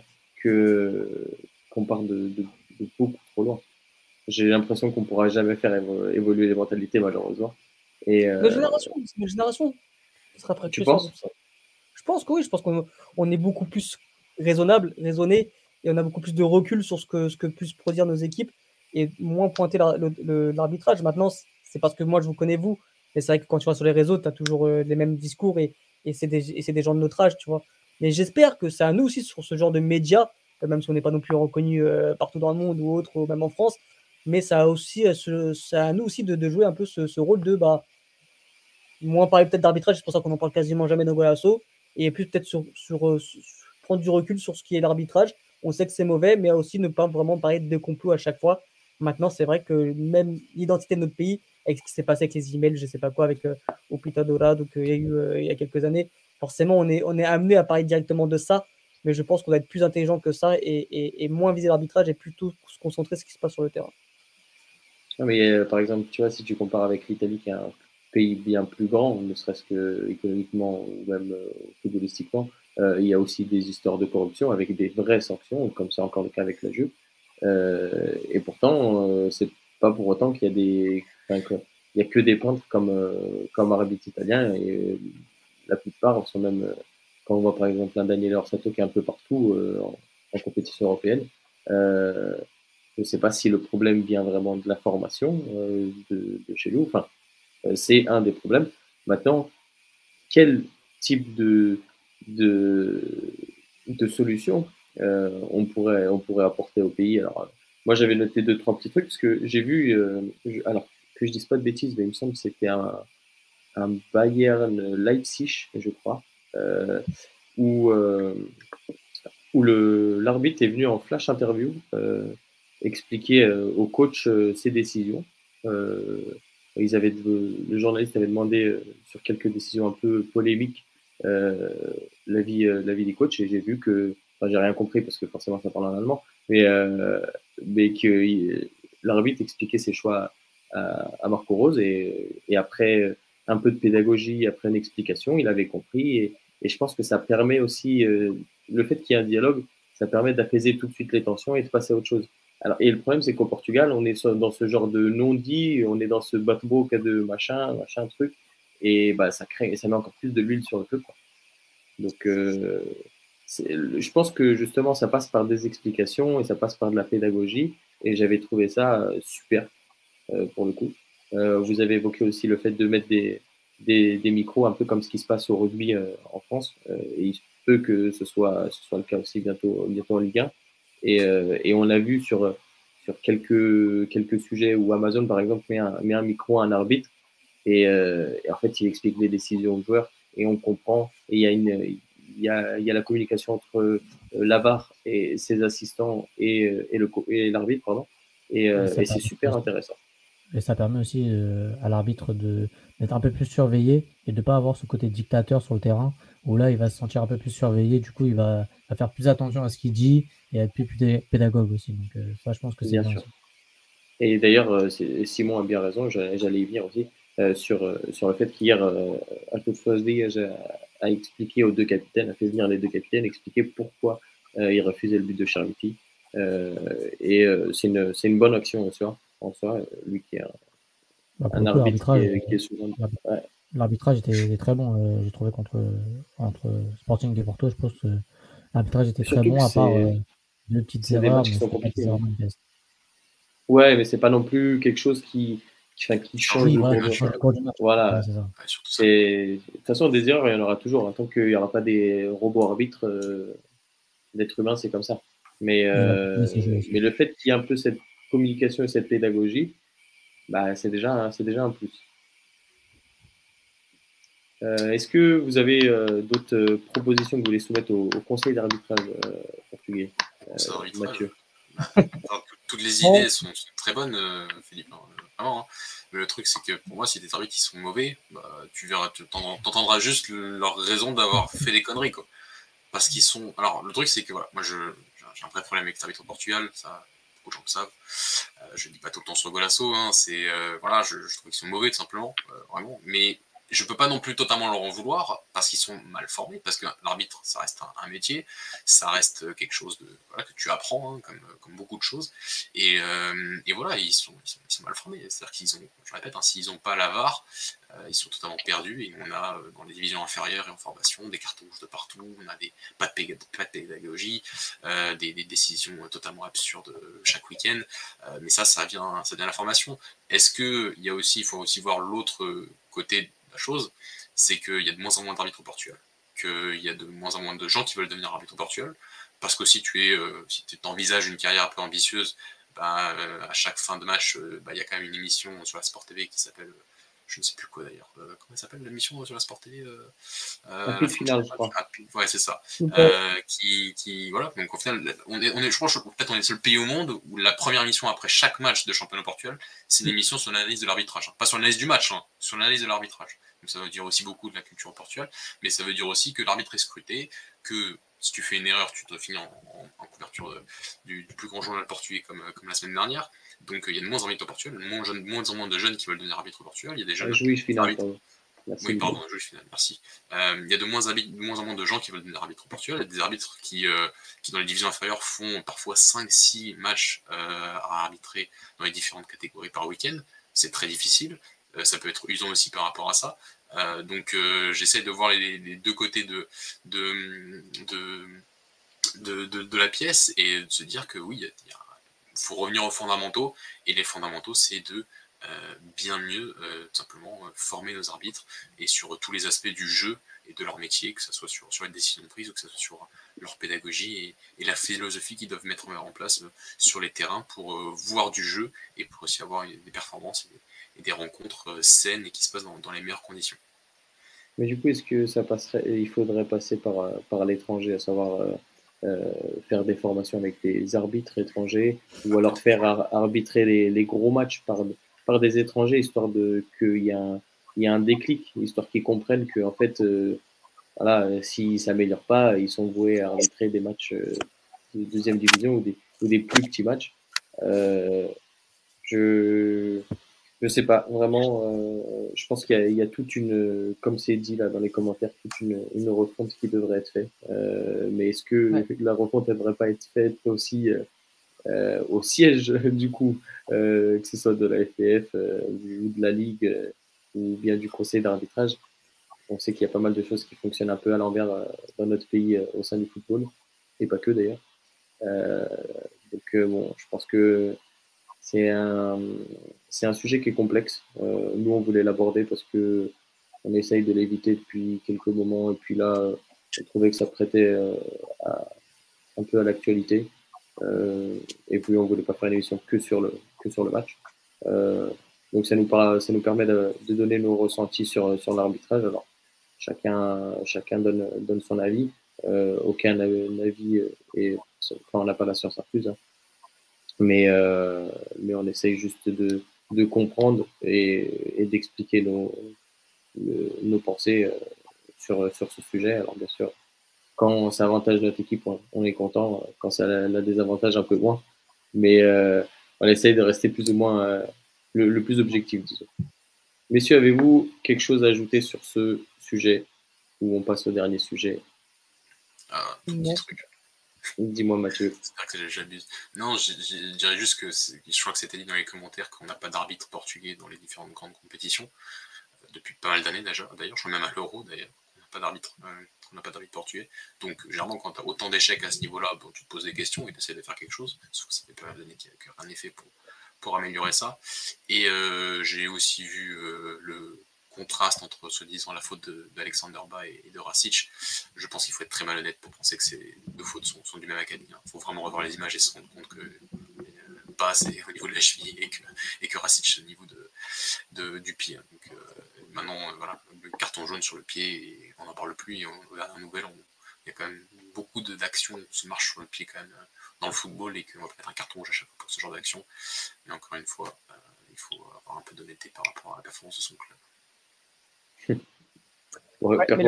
qu'on part de beaucoup trop loin. J'ai l'impression qu'on ne pourra jamais faire évoluer les mentalités, malheureusement. Et, notre génération sera prête. Tu penses? Je pense que oui, je pense qu'on est beaucoup plus raisonné, et on a beaucoup plus de recul sur ce que puissent produire nos équipes et moins pointer l'arbitrage. Maintenant, c'est parce que moi, je vous connais, vous, mais c'est vrai que quand tu vas sur les réseaux, tu as toujours les mêmes discours et c'est des gens de notre âge, tu vois. Mais j'espère que c'est à nous aussi, sur ce genre de médias, même si on n'est pas non plus reconnu partout dans le monde ou autre, ou même en France, mais ça a à nous aussi de jouer un peu ce rôle de moins parler peut-être d'arbitrage, c'est pour ça qu'on en parle quasiment jamais dans Golasso, et plus peut-être sur prendre du recul sur ce qui est l'arbitrage. On sait que c'est mauvais, mais aussi ne pas vraiment parler de complot à chaque fois. Maintenant, c'est vrai que même l'identité de notre pays, avec ce qui s'est passé avec les emails, je sais pas quoi, avec Opita Dorado qu'il y a eu il y a quelques années, forcément, on est amené à parler directement de ça, mais je pense qu'on doit être plus intelligent que ça et moins viser l'arbitrage et plutôt se concentrer sur ce qui se passe sur le terrain. Non, mais par exemple, tu vois, si tu compares avec l'Italie, qui est un pays bien plus grand, ne serait-ce que économiquement ou même footballistiquement, il y a aussi des histoires de corruption avec des vraies sanctions, comme c'est encore le cas avec la Juve. Et pourtant, c'est pas pour autant qu'il y a il y a que des peintres comme arbitre italien, et la plupart sont même, quand on voit par exemple un Daniele Orsato qui est un peu partout en compétition européenne, je ne sais pas si le problème vient vraiment de la formation de chez nous. Enfin, c'est un des problèmes. Maintenant, quel type de solution on pourrait apporter au pays? Alors, moi, j'avais noté 2-3 petits trucs parce que j'ai vu, alors que je dise pas de bêtises, mais il me semble que c'était un Bayern Leipzig, je crois, où l'arbitre est venu en flash interview expliquer au coach ses décisions. Le journaliste avait demandé sur quelques décisions un peu polémiques l'avis des coachs, et j'ai vu que, enfin, j'ai rien compris parce que forcément ça parle en allemand, mais que l'arbitre expliquait ses choix à Marco Rose, et après un peu de pédagogie, après une explication, il avait compris, et je pense que ça permet aussi, le fait qu'il y ait un dialogue, ça permet d'apaiser tout de suite les tensions et de passer à autre chose. Alors, et le problème, c'est qu'au Portugal, on est dans ce genre de non-dit, on est dans ce battre de machin, truc, et bah, ça met encore plus de l'huile sur le feu, quoi. Donc, je pense que justement, ça passe par des explications et ça passe par de la pédagogie, et j'avais trouvé ça super pour le coup. Vous avez évoqué aussi le fait de mettre des micros, un peu comme ce qui se passe au rugby en France, et il se peut que ce soit le cas aussi bientôt en Ligue 1. Et on l'a vu sur quelques sujets où Amazon, par exemple, met un micro à un arbitre et en fait, il explique les décisions aux joueurs et on comprend. Et il y a la communication entre l'AVAR et ses assistants et l'arbitre, pardon. Et c'est super intéressant. Et ça permet aussi à l'arbitre d'être un peu plus surveillé et de ne pas avoir ce côté dictateur sur le terrain où là, il va se sentir un peu plus surveillé. Du coup, il va faire plus attention à ce qu'il dit et être plus pédagogue aussi. Donc, ça, je pense que c'est bien sûr. aussi. Et d'ailleurs, Simon a bien raison, j'allais y venir aussi, sur le fait qu'hier, Alfred Fosdy a expliqué aux deux capitaines, a fait venir les deux capitaines, expliquer pourquoi ils refusaient le but de Chermiti. C'est une bonne action en soi, lui qui est un arbitre qui est souvent. Ouais. L'arbitrage était très bon, j'ai trouvé entre Sporting et Porto. Je pense que l'arbitrage était très bon, à part deux petites erreurs, mais c'est des erreurs manifestes. Ouais, mais c'est pas non plus quelque chose qui change le cours du match. Voilà. Ouais, de toute façon, des erreurs, il y en aura toujours. Tant qu'il n'y aura pas des robots arbitres, d'être humain, c'est comme ça. Mais le fait qu'il y ait un peu cette communication et cette pédagogie, bah, c'est déjà un plus. Est-ce que vous avez d'autres propositions que vous voulez soumettre au conseil d'arbitrage portugais, Mathieu? Toutes les idées sont très bonnes, Philippe. Vraiment, hein. Mais le truc, c'est que pour moi, si des arbitres qui sont mauvais, bah, tu verras, t'entendras juste leur raison d'avoir fait des conneries, quoi. Parce qu'ils sont. Alors, le truc, c'est que voilà, moi, j'ai un vrai problème avec les arbitres au Portugal, ça, beaucoup de gens le savent. Je ne dis pas tout le temps sur Golasso, hein, c'est. Voilà, je trouve qu'ils sont mauvais, tout simplement, vraiment. Mais je peux pas non plus totalement leur en vouloir parce qu'ils sont mal formés, parce que l'arbitre, ça reste un métier, ça reste quelque chose que tu apprends, hein, comme beaucoup de choses. Et voilà, ils sont mal formés. C'est-à-dire qu'ils ont, je répète, hein, s'ils n'ont pas la VAR, ils sont totalement perdus. Et on a dans les divisions inférieures et en formation des cartons rouges de partout, on a pas de pédagogie, des décisions totalement absurdes chaque week-end. Mais ça vient à la formation. Est-ce que il faut aussi voir l'autre côté de la chose, c'est qu'il y a de moins en moins d'arbitres au Portugal, qu'il y a de moins en moins de gens qui veulent devenir arbitre au Portugal, parce que si tu envisages une carrière un peu ambitieuse, à chaque fin de match, il y a quand même une émission sur la Sport TV qui s'appelle, je ne sais plus quoi d'ailleurs, comment elle s'appelle l'émission sur la Sport TV Rapide finale, je crois. Ouais, c'est ça. Voilà, donc au final, je crois peut-être on est le seul pays au monde où la première émission après chaque match de championnat Portugal, c'est une émission sur l'analyse de l'arbitrage. Pas sur l'analyse du match, sur l'analyse de l'arbitrage. Donc ça veut dire aussi beaucoup de la culture au Portugal, mais ça veut dire aussi que l'arbitre est scruté, que si tu fais une erreur, tu te finis en couverture du plus grand journal portugais comme la semaine dernière. Donc il y a de moins en moins au Portugal, moins en moins de jeunes qui veulent devenir arbitre au Portugal. Il y a des jeunes Oui, pardon, juge final, merci. Il y a de moins en moins de gens qui veulent devenir arbitre au Portugal. Il y a des arbitres qui dans les divisions inférieures, font parfois 5-6 matchs à arbitrer dans les différentes catégories par week-end. C'est très difficile. Ça peut être usant aussi par rapport à ça. Donc j'essaie de voir les deux côtés de la pièce et de se dire que oui, il faut revenir aux fondamentaux. Et les fondamentaux, c'est de bien mieux tout simplement former nos arbitres et sur tous les aspects du jeu et de leur métier, que ce soit sur les décisions prises ou que ce soit sur leur pédagogie et la philosophie qu'ils doivent mettre en place sur les terrains pour voir du jeu et pour aussi avoir des performances et des rencontres saines et qui se passent dans les meilleures conditions. Mais du coup, est-ce que il faudrait passer par l'étranger, à savoir faire des formations avec des arbitres étrangers ou alors faire arbitrer les gros matchs par des étrangers, histoire qu'il y a un déclic, histoire qu'ils comprennent que en fait, voilà, s'ils ne s'améliorent pas, ils sont voués à arbitrer des matchs de deuxième division ou des plus petits matchs. Je sais pas, vraiment, je pense qu'il y a toute comme c'est dit là dans les commentaires, toute une refonte qui devrait être faite. Mais est-ce que la refonte ne devrait pas être faite aussi au siège du coup, que ce soit de la FPF ou de la Ligue ou bien du conseil d'arbitrage. On sait qu'il y a pas mal de choses qui fonctionnent un peu à l'envers dans notre pays au sein du football, et pas que d'ailleurs. Bon, je pense que c'est un sujet qui est complexe. Nous, on voulait l'aborder parce que on essaye de l'éviter depuis quelques moments, et puis là, j'ai trouvé que ça prêtait un peu à l'actualité. Et puis, on voulait pas faire une émission que sur le match. Donc, ça nous permet de donner nos ressentis sur l'arbitrage. Alors, chacun donne son avis. Aucun avis on n'a pas la science infuse, hein. Mais on essaye juste de comprendre et d'expliquer nos pensées sur ce sujet. Alors bien sûr, quand ça avantage notre équipe, on est content. Quand ça a des avantages, un peu moins. Mais on essaye de rester plus ou moins le plus objectif, disons. Messieurs, avez-vous quelque chose à ajouter sur ce sujet, ou on passe au dernier sujet? Tout petit truc. Dis-moi, Mathieu. J'espère que j'abuse. Non, je dirais juste que je crois que c'était dit dans les commentaires qu'on n'a pas d'arbitre portugais dans les différentes grandes compétitions depuis pas mal d'années déjà. D'ailleurs, je crois même à l'Euro, d'ailleurs, on n'a pas d'arbitre. On n'a pas d'arbitre portugais. Donc, généralement, quand tu as autant d'échecs à ce niveau-là, bon, tu te poses des questions et tu essaies de faire quelque chose. Sauf que ça fait pas mal d'années qu'il n'y a qu'un effet pour améliorer ça. Et j'ai aussi vu le contraste entre, soi-disant, la faute d'Alexander Ba et de Rasic. Je pense qu'il faut être très malhonnête pour penser que ces deux fautes sont du même acabit. Il faut vraiment revoir les images et se rendre compte que Ba, c'est au niveau de la cheville et que Rasic, c'est au niveau du pied. Donc, maintenant, voilà, le carton jaune sur le pied, et on n'en parle plus. Et on regarde la nouvelle, il y a quand même beaucoup d'actions qui se marchent sur le pied quand même dans le football, et qu'on va mettre un carton rouge à chaque fois pour ce genre d'action. Mais encore une fois, il faut avoir un peu d'honnêteté par rapport à la performance de son club. Le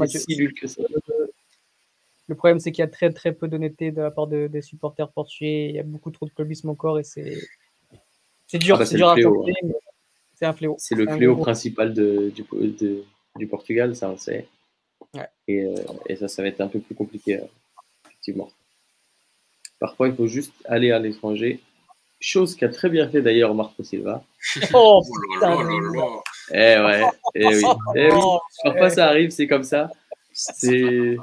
problème, c'est qu'il y a très très peu d'honnêteté de la part des supporters portugais. Il y a beaucoup trop de clubisme encore, et c'est dur, c'est dur à affronter, mais c'est un fléau. C'est le fléau principal du Portugal, ça on sait. Ouais. Et ça va être un peu plus compliqué, effectivement. Parfois, il faut juste aller à l'étranger. Chose qu'a très bien fait d'ailleurs Marco Silva. Oh ouais, oui. Parfois ça arrive, c'est comme ça. Oui.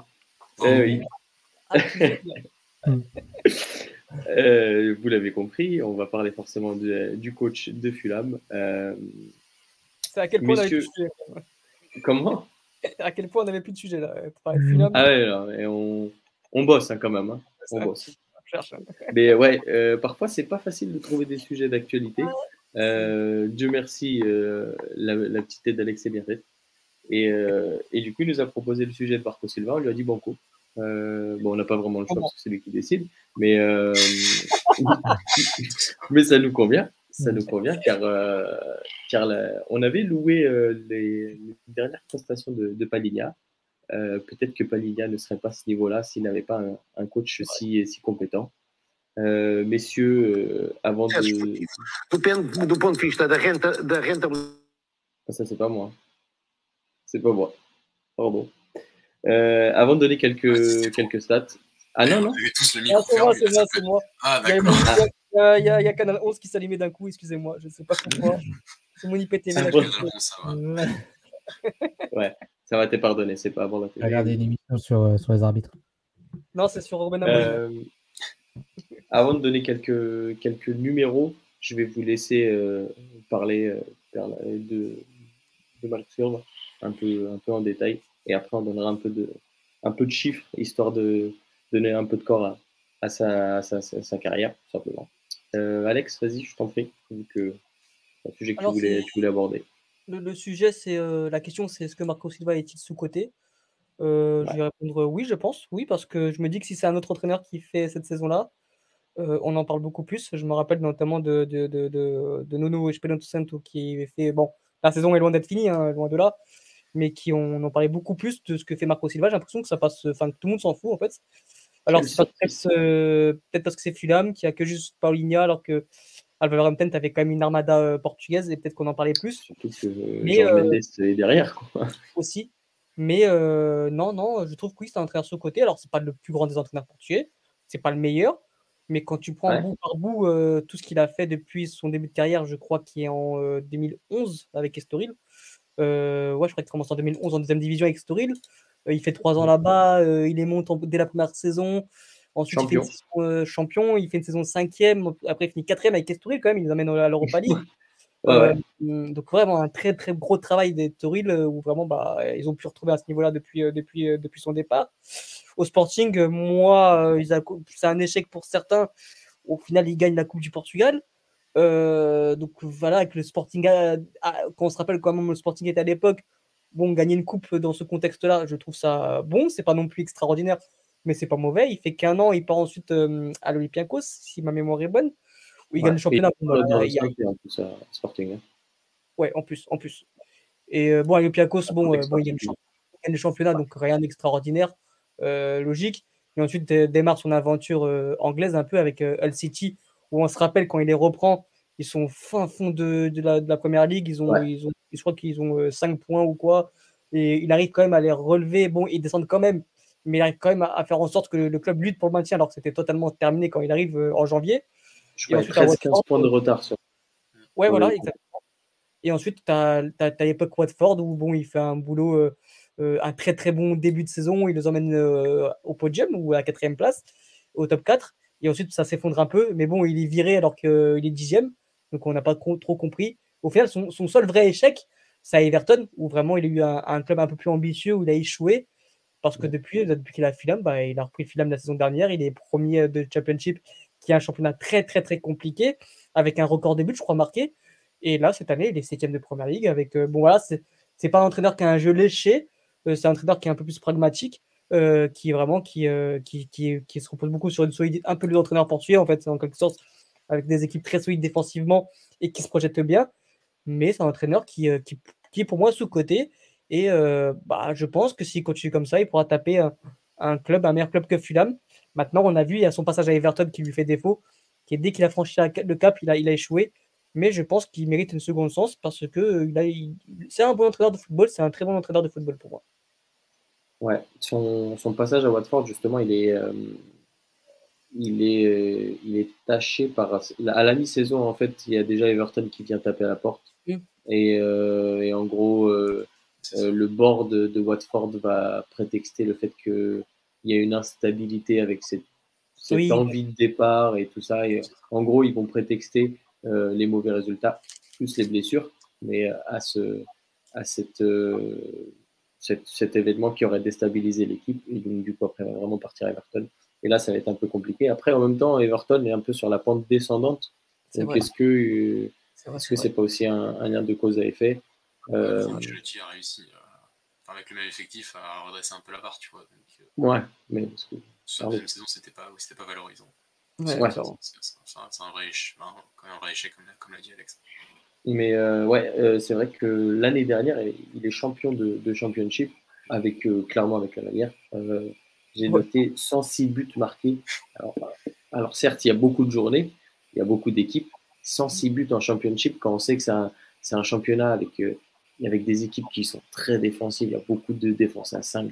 Vous l'avez compris, on va parler forcément du coach de Fulham. C'est à quel point on avait plus de sujet. Comment? À quel point on n'avait plus de sujet là. Fulham. Ah ouais, non, et on bosse quand même. Hein. On bosse. Mais ouais, parfois c'est pas facile de trouver des sujets d'actualité. Dieu merci, la petite aide d'Alex est bien faite. Et du coup, il nous a proposé le sujet de Marco Silva. On lui a dit banco. Bon, on n'a pas vraiment le choix parce que c'est lui qui décide, mais mais ça nous convient. Ça nous convient car on avait loué les dernières prestations de Palhinha. Peut-être que Palhinha ne serait pas à ce niveau-là s'il n'avait pas un coach si compétent. Messieurs, avant de... Depende do ponto de vista da rentabilidade. Ça, c'est pas moi. C'est pas moi. Pardon. Avant de donner quelques stats. Ah non, non. Vous avez tous le micro c'est moi. Ah, d'accord. Il y a Canal 11 qui s'allumait d'un coup, excusez-moi, je ne sais pas pourquoi. C'est mon IPTV. Ouais, ça va t'être pardonné, c'est pas avant la télé. Regardez une émission sur les arbitres. Non, c'est sur Romain Amorim. Avant de donner quelques numéros, je vais vous laisser parler de Marco Silva un peu en détail, et après on donnera un peu de chiffres, histoire de donner un peu de corps à sa carrière, tout simplement. Alex, vas-y, je t'en prie, vu que c'est un sujet que tu voulais aborder. Le sujet, c'est la question, c'est est-ce que Marco Silva est-il sous-coté? Je vais répondre oui, je pense, oui, parce que je me dis que si c'est un autre entraîneur qui fait cette saison-là, on en parle beaucoup plus. Je me rappelle notamment de Nuno Espírito Santo qui fait, bon, la saison est loin d'être finie, hein, loin de là, mais on en parlait beaucoup plus de ce que fait Marco Silva. J'ai l'impression que ça passe, enfin, tout le monde s'en fout en fait. Alors c'est peut-être parce que c'est Fulham qui a que juste Paulinho, alors que Wolverhampton avait quand même une armada portugaise, et peut-être qu'on en parlait plus. Surtout que Jorge Mendes est derrière, quoi. Aussi. Mais non, je trouve que oui, c'est un entraîneur sous-coté. Alors, c'est pas le plus grand des entraîneurs portugais, c'est pas le meilleur, Mais quand tu prends Ouais. bout par bout tout ce qu'il a fait depuis son début de carrière, je crois qu'il est en 2011 avec Estoril. Ouais, je crois qu'il commence en 2011 en deuxième division avec Estoril. Il fait 3 ans là-bas, il est monté dès la première saison. Ensuite, il fait une Champion. saison champion, il fait une saison cinquième. Après, il finit quatrième avec Estoril quand même. Il les amène à l'Europa League. Ouais. Donc vraiment un très très gros travail des Toril où vraiment ils ont pu retrouver à ce niveau-là depuis son départ. Au Sporting, moi, c'est un échec pour certains. Au final, ils gagnent la Coupe du Portugal. Donc voilà, avec le Sporting, quand on se rappelle comment le Sporting était à l'époque, bon, gagner une coupe dans ce contexte-là, je trouve ça bon. C'est pas non plus extraordinaire, mais c'est pas mauvais. Il fait qu'un an, il part ensuite à l'Olympiakos, si ma mémoire est bonne, où il gagne le Et championnat. Bon, bah, dans le il y a- 5 en plus à Sporting. Hein. Ouais, en plus. Et bon, Olympiakos, bon, Contexte il gagne particulier. le championnat, donc rien d'extraordinaire, logique. Et ensuite démarre son aventure anglaise un peu avec Hull City, où on se rappelle quand il les reprend, ils sont fin fond de la première ligue. Ouais. Je crois qu'ils ont 5 points ou quoi. Et il arrive quand même à les relever. Bon, ils descendent quand même, mais il arrive quand même à faire en sorte que le club lutte pour le maintien, alors que c'était totalement terminé quand il arrive en janvier. Je Et crois ensuite à 13-15 Watford, points de retard ouais, sur le voilà, coup. exactement. Et ensuite, tu as l'époque Watford où bon, il fait un boulot, un très très bon début de saison. Il les emmène au podium ou à la quatrième place, au top 4. Et ensuite, ça s'effondre un peu. Mais bon, il est viré alors qu'il est 10e. Donc, on n'a pas trop compris. Au final, son seul vrai échec, c'est à Everton, où vraiment il a eu un club un peu plus ambitieux, où il a échoué. Parce que depuis qu'il a Fulham, il a repris Fulham la saison dernière. Il est premier de Championship, qui est un championnat très très très compliqué, avec un record de buts, je crois, marqué. Et là, cette année, il est 7e de Première Ligue. Avec, bon, voilà, c'est pas un entraîneur qui a un jeu léché, c'est un entraîneur qui est un peu plus pragmatique, qui est vraiment qui se repose beaucoup sur une solidité, un peu l'entraîneur portugais, en fait, en quelque sorte, avec des équipes très solides défensivement et qui se projettent bien. Mais c'est un entraîneur qui est pour moi sous-coté. Et je pense que s'il continue comme ça, il pourra taper un meilleur club que Fulham. Maintenant, on a vu, il y a son passage à Everton qui lui fait défaut, qui est dès qu'il a franchi le cap, il a échoué. Mais je pense qu'il mérite une seconde chance parce que c'est un bon entraîneur de football, c'est un très bon entraîneur de football pour moi. Ouais. Son passage à Watford, justement, il est taché par. À la mi-saison, en fait, il y a déjà Everton qui vient taper à la porte. Mm. Et en gros, le board de Watford va prétexter le fait qu'il y a une instabilité avec cette Oui, envie de départ et tout ça. Et en gros, ils vont prétexter les mauvais résultats, plus les blessures, mais à cet événement qui aurait déstabilisé l'équipe. Et donc, du coup, après, il va vraiment partir à Everton. Et là, ça va être un peu compliqué. Après, en même temps, Everton est un peu sur la pente descendante. c'est Donc, vrai. est-ce que c'est pas aussi un lien de cause à effet Ancelotti a réussi, avec le même effectif, à redresser un peu la barre, tu vois. Donc, Ouais, mais parce que, sur la deuxième saison, c'était pas valorisant. Ouais, Ouais. C'est un vrai échec, quand même un vrai échec, comme l'a dit Alex. Mais c'est vrai que l'année dernière, il est champion de Championship, clairement avec la manière. J'ai noté 106 buts marqués. Alors certes, il y a beaucoup de journées, il y a beaucoup d'équipes. 106 buts en Championship, quand on sait que c'est un championnat avec des équipes qui sont très défensives, il y a beaucoup de défense à 5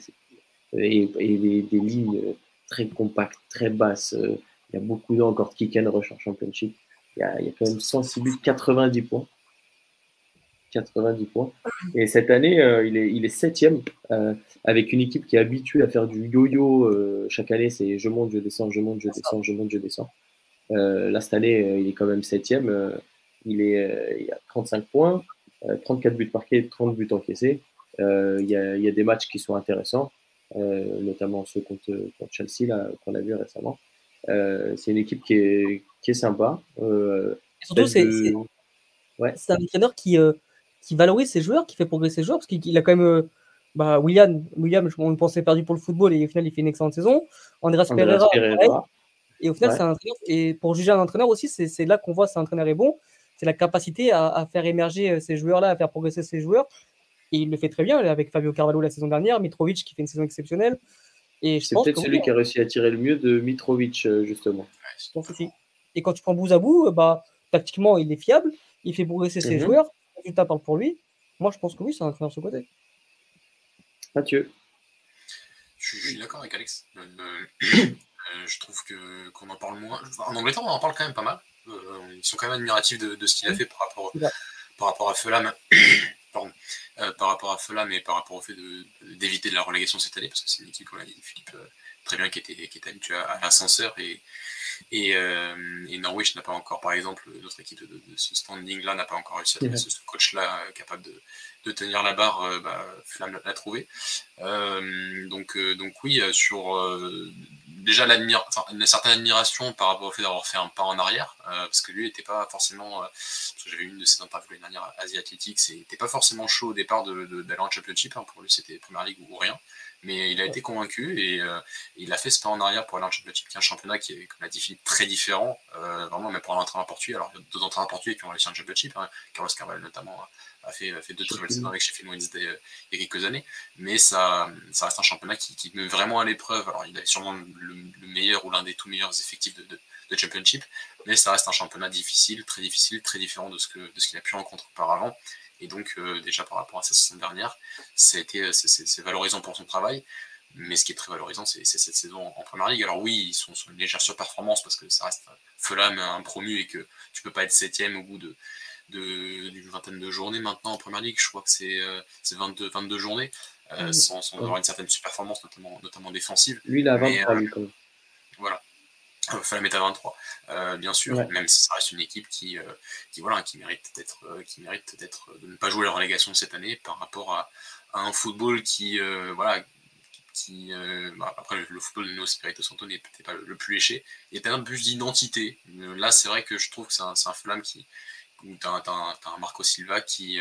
et des lignes très compactes, très basses. Il y a beaucoup encore de kick and rush en Championship. Il y a quand même 106 buts, 90 points. 90 points. Et cette année, il est septième avec une équipe qui est habituée à faire du yo-yo. Chaque année, c'est je monte, je descends, je monte, je descends, je monte, je descends. Là, cette année, il est quand même septième. Il a 35 points, 34 buts marqués, 30 buts encaissés. Il y a des matchs qui sont intéressants, notamment ceux contre Chelsea là, qu'on a vu récemment. C'est une équipe qui est sympa. Et surtout, Ouais. c'est un entraîneur qui valorise ses joueurs, qui fait progresser ses joueurs, parce qu'il a quand même William, on le pensait perdu pour le football, et au final, il fait une excellente saison. Andreas Pereira, pareil. Et au final, c'est un entraîneur, et pour juger un entraîneur aussi, c'est là qu'on voit si un entraîneur est bon, c'est la capacité à faire émerger ces joueurs-là, à faire progresser ces joueurs. Et il le fait très bien, avec Fabio Carvalho la saison dernière, Mitrovic qui fait une saison exceptionnelle. Et je C'est pense peut-être que celui qui a réussi à tirer le mieux de Mitrovic, justement. je pense aussi. Et quand tu prends bout à bout, tactiquement, il est fiable, il fait progresser ses joueurs, le résultat parle pour lui. Moi, je pense que oui, c'est un entraîneur sur côté. Mathieu. Je suis d'accord avec Alex. Je trouve qu'on en parle moins. En Angleterre, on en parle quand même pas mal. Ils sont quand même admiratifs de ce qu'il a fait par rapport à Fulham. Pardon. Par rapport à Fulham et par rapport au fait d'éviter de la relégation cette année, parce que c'est une équipe, comme l'a dit Philippe très bien, qui était habituée à l'ascenseur, et Norwich n'a pas encore, par exemple, notre équipe de ce standing-là n'a pas encore réussi à trouver ce coach-là capable de tenir la barre. Fulham l'a trouvé. Donc oui, sur déjà une certaine admiration par rapport au fait d'avoir fait un pas en arrière, parce que lui n'était pas forcément, parce que j'avais une de ses interviews l'année dernière, Asia Athletics, et il n'était pas forcément chaud au départ d'aller en Championship, pour lui c'était Premier League ou rien, mais il a été convaincu, et il a fait ce pas en arrière pour aller en Championship, qui est un championnat qui est, comme l'a dit Philippe, très différent, vraiment, même pour un entraîneur portugais. Alors il y a d'autres entraîneurs portugais qui ont réussi en Championship, Carlos Carvalho notamment a fait 2 très belles saisons avec Sheffield Wednesday il y a quelques années, mais ça reste un championnat qui met vraiment à l'épreuve. Alors il a sûrement le meilleur ou l'un des tout meilleurs effectifs de Championship, mais ça reste un championnat difficile, très différent de ce qu'il a pu rencontrer auparavant. Et donc déjà par rapport à sa saison dernière, c'est valorisant pour son travail. Mais ce qui est très valorisant, c'est cette saison en Premier League. Alors oui, ils sont une légère surperformance, parce que ça reste Fulham, un promu, et que tu peux pas être 7ème au bout d'une vingtaine de journées maintenant en Premier League. Je crois que c'est 22 journées, sans avoir une certaine surperformance, notamment défensive. Lui, il a 23, lui, quand même. Voilà. Fulham est à 23, bien sûr, même si ça reste une équipe qui mérite d'être de ne pas jouer la relégation cette année, par rapport à un football après le football de Nuno Espirito Santo n'est peut-être pas le plus léché. Il y a peut-être un peu plus d'identité. Là, c'est vrai que je trouve que c'est un Fulham où t'as un Marco Silva qui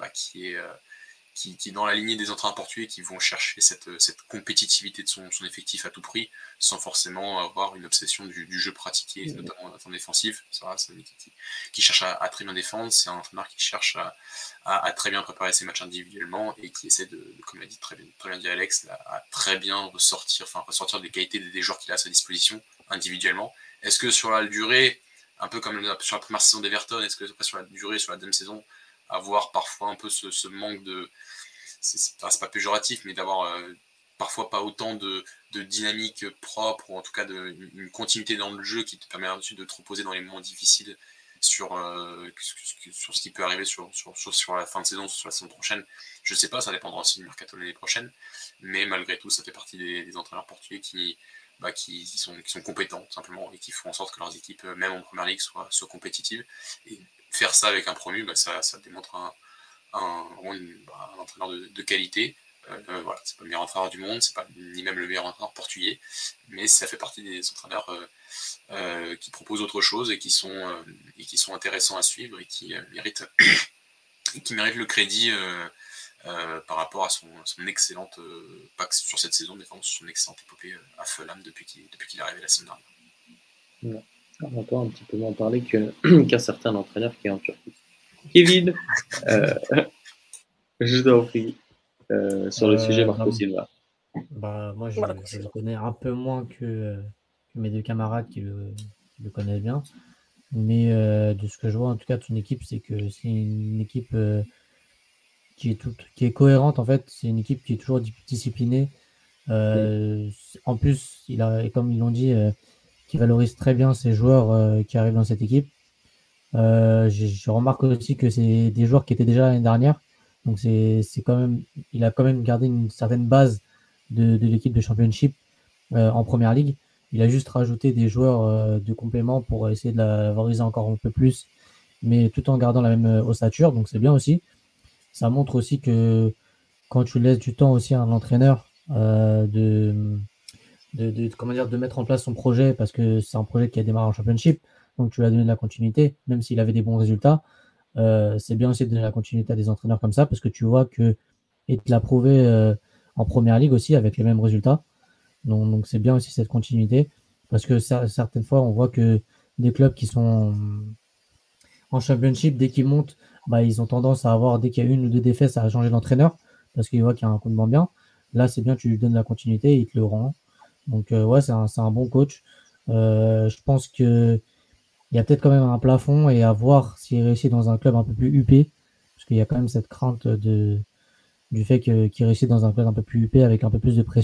est dans la lignée des entraîneurs portugais, qui vont chercher cette compétitivité de son effectif à tout prix, sans forcément avoir une obsession du jeu pratiqué, notamment en défensif. C'est une équipe qui cherche à très bien défendre. C'est un entraîneur qui cherche à très bien préparer ses matchs individuellement, et qui essaie comme l'a dit très bien dit Alex, à très bien ressortir des qualités des joueurs qu'il a à sa disposition individuellement. Est-ce que sur la durée, un peu comme sur la première saison d'Everton, est-ce que sur la durée, sur la deuxième saison, avoir parfois un peu ce manque de... C'est pas péjoratif, mais d'avoir parfois pas autant de dynamique propre, ou en tout cas une continuité dans le jeu qui te permet ensuite de te reposer dans les moments difficiles sur ce qui peut arriver sur la fin de saison, sur la saison prochaine. Je sais pas, ça dépendra aussi du mercato l'année prochaine, mais malgré tout, ça fait partie des entraîneurs portugais qui sont compétents, simplement, et qui font en sorte que leurs équipes, même en Première Ligue, soient compétitives. Et faire ça avec un promu, ça démontre un entraîneur de qualité. Voilà, c'est pas le meilleur entraîneur du monde, c'est pas ni même le meilleur entraîneur portugais, mais ça fait partie des entraîneurs qui proposent autre chose, et qui sont intéressants à suivre, et qui méritent le crédit par rapport à son excellente, pas que sur cette saison, mais vraiment sur son excellente épopée à Fulham depuis qu'il est arrivé la semaine dernière. On va pas un petit peu moins parler qu'un certain entraîneur qui est en Turquie. Kevin, je t'en prie, sur le sujet Marco Silva. Moi, je le connais un peu moins que mes 2 camarades qui le connaissent bien. Mais de ce que je vois, en tout cas, de son équipe, c'est que c'est une équipe qui est cohérente, en fait. C'est une équipe qui est toujours disciplinée. En plus, comme ils l'ont dit, qui valorise très bien ces joueurs qui arrivent dans cette équipe. Je remarque aussi que c'est des joueurs qui étaient déjà l'année dernière. Donc il a quand même gardé une certaine base de l'équipe de Championship en Première Ligue. Il a juste rajouté des joueurs de complément pour essayer de la valoriser encore un peu plus, mais tout en gardant la même ossature. Donc c'est bien aussi. Ça montre aussi que quand tu laisses du temps aussi à un entraîneur de mettre en place son projet, parce que c'est un projet qui a démarré en Championship, donc tu lui as donné de la continuité, même s'il avait des bons résultats. C'est bien aussi de donner la continuité à des entraîneurs comme ça, parce que tu vois que il te l'a prouvé en Première Ligue aussi avec les mêmes résultats. Donc c'est bien aussi cette continuité, parce que certaines fois on voit que des clubs qui sont en Championship, dès qu'ils montent, ils ont tendance à avoir, dès qu'il y a 1 ou 2 défaites, à changer d'entraîneur, parce qu'ils voient qu'il y a un coup de bien. Là c'est bien, tu lui donnes la continuité et il te le rend. Donc c'est un bon coach. Je pense que il y a peut-être quand même un plafond, et à voir s'il réussit dans un club un peu plus huppé, parce qu'il y a quand même cette crainte du fait qu'il réussit dans un club un peu plus huppé, avec un peu plus de pression,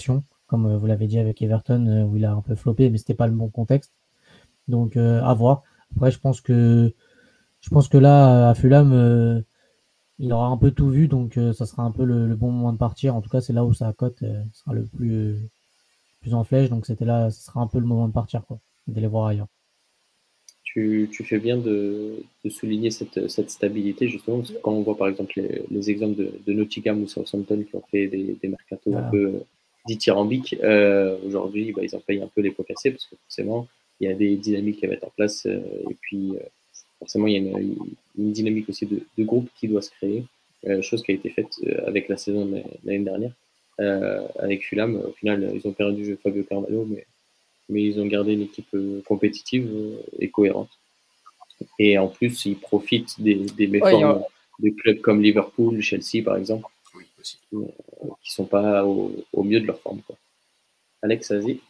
comme vous l'avez dit avec Everton, où il a un peu floppé, mais c'était pas le bon contexte. Donc à voir. Après, je pense que là, à Fulham, il aura un peu tout vu, donc ça sera un peu le bon moment de partir. En tout cas, c'est là où sa cote sera le plus en flèche, donc c'était là, ce sera un peu le moment de partir, quoi, d'aller voir ailleurs. Tu fais bien de souligner cette stabilité, justement, parce que quand on voit par exemple les exemples de Nottingham ou Southampton qui ont fait des mercatos un peu dithyrambiques, aujourd'hui, bah, ils en payent un peu les pots cassés, parce que forcément, il y a des dynamiques à mettre en place, et puis forcément, il y a une dynamique aussi de groupe qui doit se créer, chose qui a été faite avec la saison de l'année dernière. Avec Fulham, au final, ils ont perdu Fabio Carvalho, mais ils ont gardé une équipe compétitive et cohérente. Et en plus, ils profitent des méformes de clubs comme Liverpool, Chelsea par exemple, Oui, aussi. qui sont pas au mieux de leur forme, quoi. Alex, vas-y.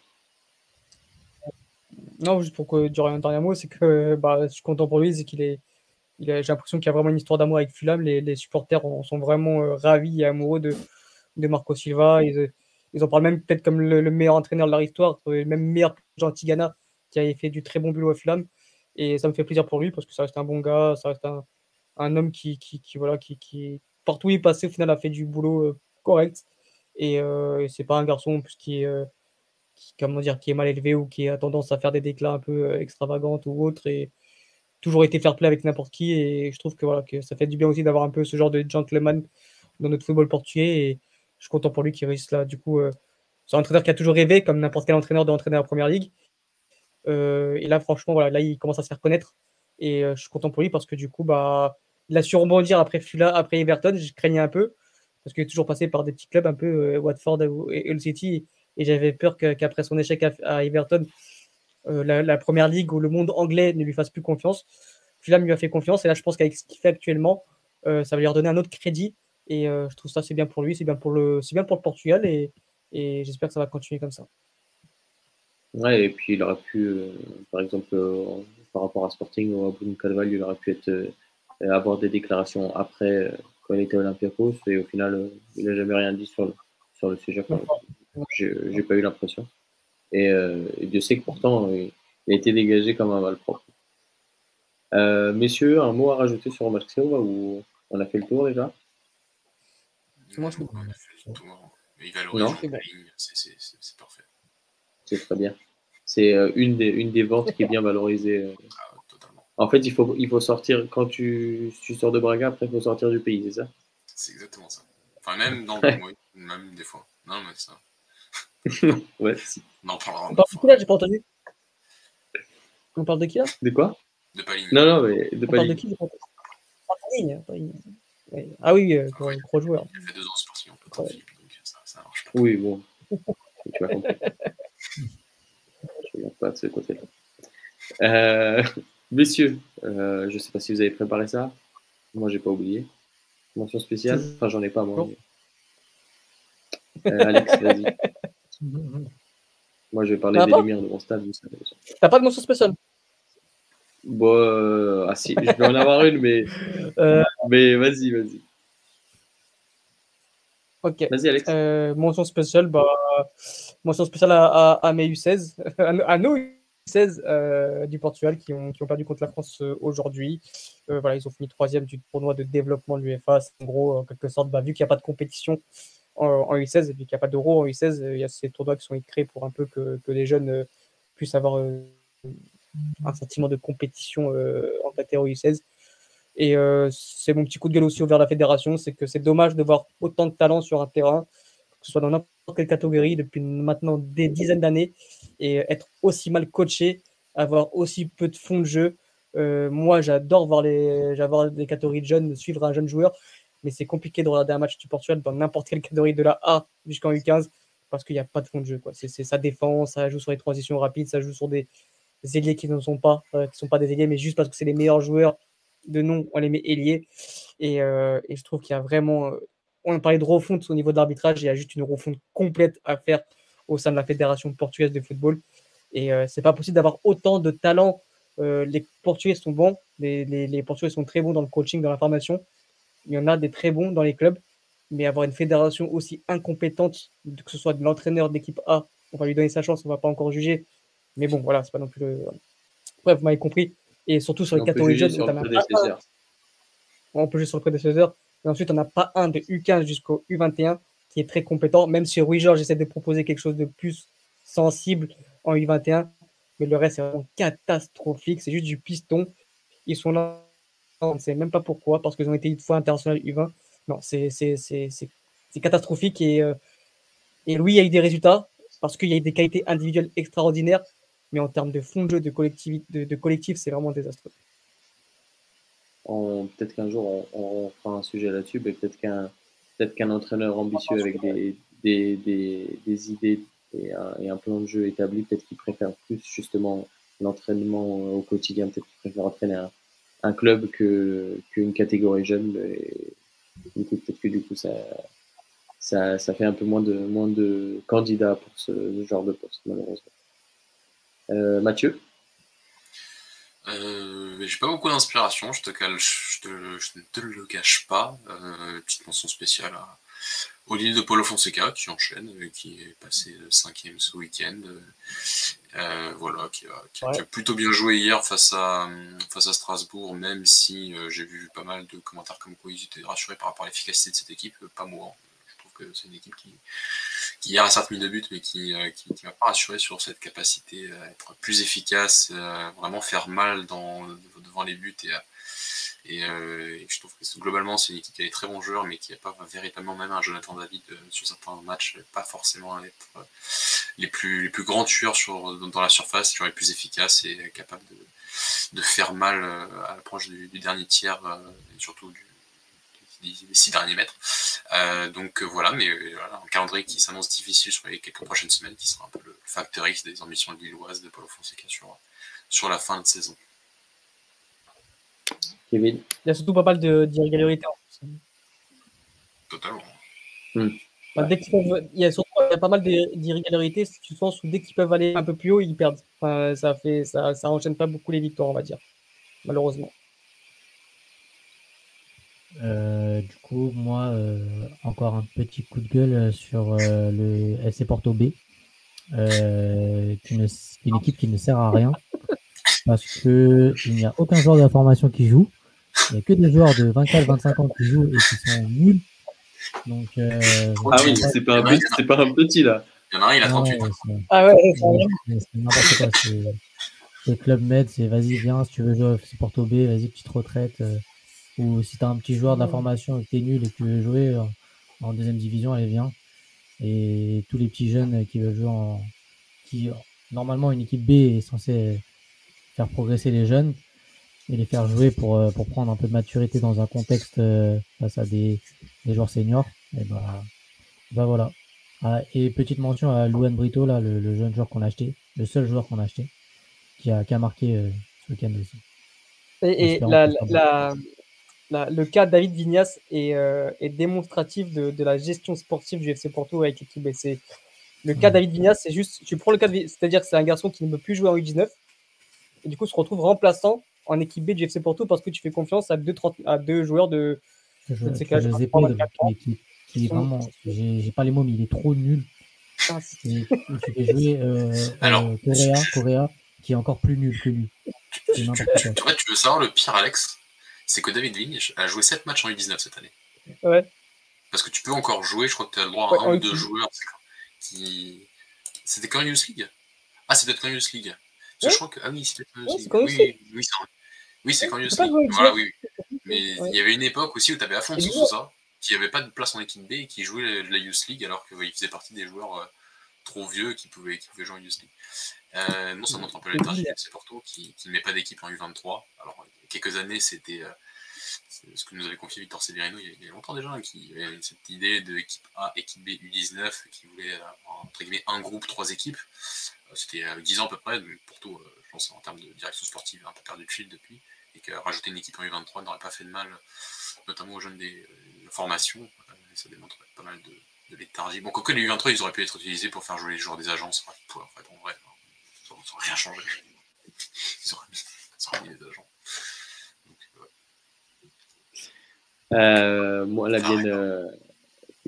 Non, juste pour dire un dernier mot, c'est que je suis content pour lui, c'est j'ai l'impression qu'il y a vraiment une histoire d'amour avec Fulham. Les supporters sont vraiment ravis et amoureux de Marco Silva. Ils en parlent même peut-être comme le meilleur entraîneur de leur histoire, même meilleur que Jean Tigana, qui avait fait du très bon boulot à Fulham. Et ça me fait plaisir pour lui parce que ça reste un bon gars, ça reste un homme qui partout où il passait, au final, a fait du boulot correct. Et c'est pas un garçon en plus qui est mal élevé ou qui a tendance à faire des déclats un peu extravagantes ou autres. Et toujours été fair play avec n'importe qui. Et je trouve que ça fait du bien aussi d'avoir un peu ce genre de gentleman dans notre football portugais. Et je suis content pour lui qu'il réussisse là. Du coup, c'est un entraîneur qui a toujours rêvé, comme n'importe quel entraîneur, d'entraîner la première ligue. Et là, franchement, voilà, là, il commence à se faire connaître. Et je suis content pour lui parce que du coup, il a su rebondir après Everton. Je craignais un peu parce qu'il est toujours passé par des petits clubs un peu Watford et Hull City. Et j'avais peur qu'après son échec à Everton, la première ligue ou le monde anglais ne lui fasse plus confiance. Fulham lui a fait confiance. Et là, je pense qu'avec ce qu'il fait actuellement, ça va lui redonner un autre crédit. Et je trouve ça, c'est bien pour lui, c'est bien pour le Portugal. Et j'espère que ça va continuer comme ça. Ouais, et puis il aurait pu, par exemple, par rapport à Sporting ou à Bruno Carvalho, il aurait pu avoir des déclarations après, quand il était à Olympiakos, et au final, il n'a jamais rien dit sur le sujet. Enfin, j'ai pas eu l'impression. Et Dieu sait que pourtant, il a été dégagé comme un malpropre. Messieurs, un mot à rajouter sur Maxime ou on a fait le tour déjà? Moi, je trouve. On a fait le tour. Il valorise Non. la ligne, c'est parfait. C'est très bien. C'est une des ventes qui est bien valorisée. Totalement. En fait, il faut sortir, quand tu sors de Braga, après il faut sortir du pays, c'est ça? C'est exactement ça. Enfin, même même des fois. Non, mais ça. Ouais, si. On en parlera On une parle de fois. qui là? J'ai pas entendu. On parle de qui là? De quoi? De Paline. Non, mais de On parle de Pali. qui? J'ai pas entendu. Paline. Ouais. Ah oui, gros joueur. Il a fait 2 ans Sporting, on peut pas donc ça marche pas. Oui, bon. Tu m'as compris. Je regarde pas de ce côté-là. Messieurs, je sais pas si vous avez préparé ça. Moi, j'ai pas oublié. Mention spéciale. Enfin, j'en ai pas, moi. Mais... Alex, vas-y. Moi, je vais parler des lumières de mon stade. T'as pas de mention spéciale? Bon, ah si, je vais en avoir une, mais vas-y. Ok. Vas-y, Alex. Mention spéciale, à mes U16, à nos U16 du Portugal qui ont perdu contre la France aujourd'hui. Voilà, ils ont fini 3e du tournoi de développement de l'UEFA. En gros, en quelque sorte, vu qu'il n'y a pas de compétition en U16 et vu qu'il n'y a pas d'euro en U16, il y a ces tournois qui sont créés pour un peu que les jeunes puissent avoir un sentiment de compétition en catégorie U16. Et c'est mon petit coup de gueule aussi envers la fédération, c'est que c'est dommage de voir autant de talent sur un terrain, que ce soit dans n'importe quelle catégorie, depuis maintenant des dizaines d'années, et être aussi mal coaché, avoir aussi peu de fond de jeu. Moi, j'adore voir des catégories de jeunes, suivre un jeune joueur, mais c'est compliqué de regarder un match du Portugal dans n'importe quelle catégorie de la A jusqu'en U15, parce qu'il n'y a pas de fond de jeu, quoi. C'est sa défense, ça joue sur les transitions rapides, ça joue sur des ailiers qui ne sont pas, des ailiers, mais juste parce que c'est les meilleurs joueurs de nom, on les met ailiers. Et je trouve qu'il y a vraiment. On parlait de refonte au niveau de l'arbitrage, il y a juste une refonte complète à faire au sein de la Fédération portugaise de football. Et c'est pas possible d'avoir autant de talent. Les Portugais sont bons, les Portugais sont très bons dans le coaching, dans la formation. Il y en a des très bons dans les clubs. mais avoir une fédération aussi incompétente, que ce soit de l'entraîneur d'équipe A, on va lui donner sa chance, on va pas encore juger. Mais bon, voilà, c'est pas non plus le. Bref, vous m'avez compris. Et surtout sur les On peut catégories juger jeunes, où sur tu le n'en as pas un. prédécesseur. On peut juger sur le prédécesseur. Et ensuite, on n'a pas un de U15 jusqu'au U21 qui est très compétent, même si Rui Georges essaie de proposer quelque chose de plus sensible en U21. Mais le reste, c'est vraiment catastrophique. C'est juste du piston. Ils sont là, on ne sait même pas pourquoi, parce qu'ils ont été une fois international U20. Non, c'est catastrophique. Et oui, il y a eu des résultats, parce qu'il y a eu des qualités individuelles extraordinaires. Mais en termes de fond de jeu, de collectif, c'est vraiment désastreux. Peut-être qu'un jour, on fera un sujet là-dessus, mais peut-être qu'un entraîneur ambitieux avec des idées et un plan de jeu établi, peut-être qu'il préfère plus justement l'entraînement au quotidien, peut-être qu'il préfère entraîner un club qu'une catégorie jeune. Et du coup, peut-être que du coup, ça fait un peu moins de candidats pour ce genre de poste, malheureusement. Mathieu? J'ai pas beaucoup d'inspiration, je ne te le cache pas. Petite mention spéciale au ligne de Paulo Fonseca qui enchaîne, qui est passé 5e ce week-end. Voilà, qui a plutôt bien joué hier face à Strasbourg, même si j'ai vu pas mal de commentaires comme quoi ils étaient rassurés par rapport à l'efficacité de cette équipe. Pas moi. Je trouve que c'est une équipe qui hier a certes mis de buts, mais qui m'a pas rassuré sur cette capacité à être plus efficace, vraiment faire mal devant les buts. Et je trouve que globalement, c'est une équipe qui a des très bons joueurs, mais qui n'a pas véritablement, même un Jonathan David sur certains matchs, pas forcément à être les plus grands tueurs dans la surface, qui sont les plus efficaces et capables de faire mal à l'approche du dernier tiers, et surtout des 6 derniers mètres. Donc voilà, mais voilà, un calendrier qui s'annonce difficile sur les quelques prochaines semaines, qui sera un peu le facteur X des ambitions lilloises de Paulo Fonseca sur la fin de saison. Kevin? Il y a surtout pas mal d'irrégularités en plus. Totalement. Enfin, il y a pas mal d'irrégularités, du sens où dès qu'ils peuvent aller un peu plus haut, ils perdent. Enfin, ça enchaîne pas beaucoup les victoires, on va dire, malheureusement. Du coup, moi, encore un petit coup de gueule sur le FC Porto B. Une équipe qui ne sert à rien parce qu'il n'y a aucun joueur de la formation qui joue. Il n'y a que des joueurs de 24-25 ans qui jouent et qui sont nuls. Donc, ah oui, c'est pas un petit là. Il y en a un, il a 38. Ah ouais, c'est n'importe quoi. C'est Club Med, c'est vas-y, viens, si tu veux jouer au FC Porto B, vas-y, petite retraite. Ou si tu as un petit joueur de la formation et que tu es nul et que tu veux jouer en deuxième division, allez, viens. Et tous les petits jeunes qui veulent jouer normalement, une équipe B est censée faire progresser les jeunes et les faire jouer pour prendre un peu de maturité dans un contexte face à des joueurs seniors. Et bah voilà. Ah, et petite mention à Luan Brito, là, le jeune joueur qu'on a acheté, le seul joueur qu'on a acheté, qui a marqué ce week-end aussi. Et le cas David Vignas est démonstratif de la gestion sportive du FC Porto avec l'équipe B. Le cas David Vignas, c'est juste, tu prends le cas c'est-à-dire que c'est un garçon qui ne peut plus jouer en U19 et du coup se retrouve remplaçant en équipe B du FC Porto parce que tu fais confiance à deux joueurs de je ne sais quel âge, qui est vraiment, j'ai pas les mots, mais il est trop nul. Il fait jouer Correa, qui est encore plus nul que lui. Tu veux savoir le pire, Alex? C'est que David Vigne a joué 7 matchs en U19 cette année. Ouais. Parce que tu peux encore jouer, je crois que tu as le droit à un ou deux joueurs qui. C'était quand Youth League? Ah, c'est peut-être quand Youth League. Je crois que. Ah oui, c'est peut-être quand Youth League. Oui, c'est quand Youth League. Voilà, oui. Mais il y avait une époque aussi où tu avais Afonso Sousa, qui n'avait pas de place en équipe B et qui jouait la Youth League alors qu'il faisait partie des joueurs trop vieux qui pouvaient jouer en Youth League. Non, ça montre un peu l'énergie de FC Porto qui ne met pas d'équipe en U23. Alors, il y a quelques années, c'était ce que nous avait confié Victor Severino il y a longtemps déjà, qui avait cette idée de équipe A, équipe B, U19, qui voulait avoir, entre guillemets, un groupe, 3 équipes. C'était 10 ans à peu près, donc Porto, je pense, en termes de direction sportive, un peu perdu de fil depuis, et que rajouter une équipe en U23 n'aurait pas fait de mal, notamment aux jeunes des formations. Ça démontre pas mal de léthargie. Bon, quoique les U23, ils auraient pu être utilisés pour faire jouer les joueurs des agences. En fait, en vrai, ça n'aurait rien changé. Ils auraient mis des agents. Donc, moi, la mienne,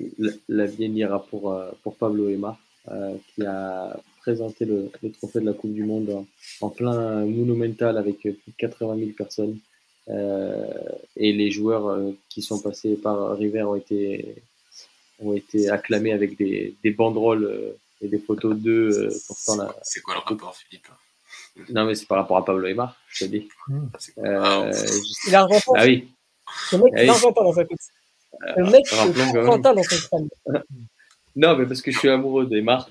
L'avenir ira pour Pablo Aimar, qui a présenté le trophée de la Coupe du Monde en plein Monumental avec plus de 80 000 personnes. Et les joueurs qui sont passés par River ont été acclamés avec des banderoles et des photos d'eux portant la. C'est quoi le rapport, Philippe? Non, mais c'est par rapport à Pablo Aimar, je te dis. Il a argentin. Ah oui. Le mec, il est argentin dans sa tête. Le mec, il rappelons est quand même. argentin dans son crâne. Non, mais parce que je suis amoureux d'Aimar.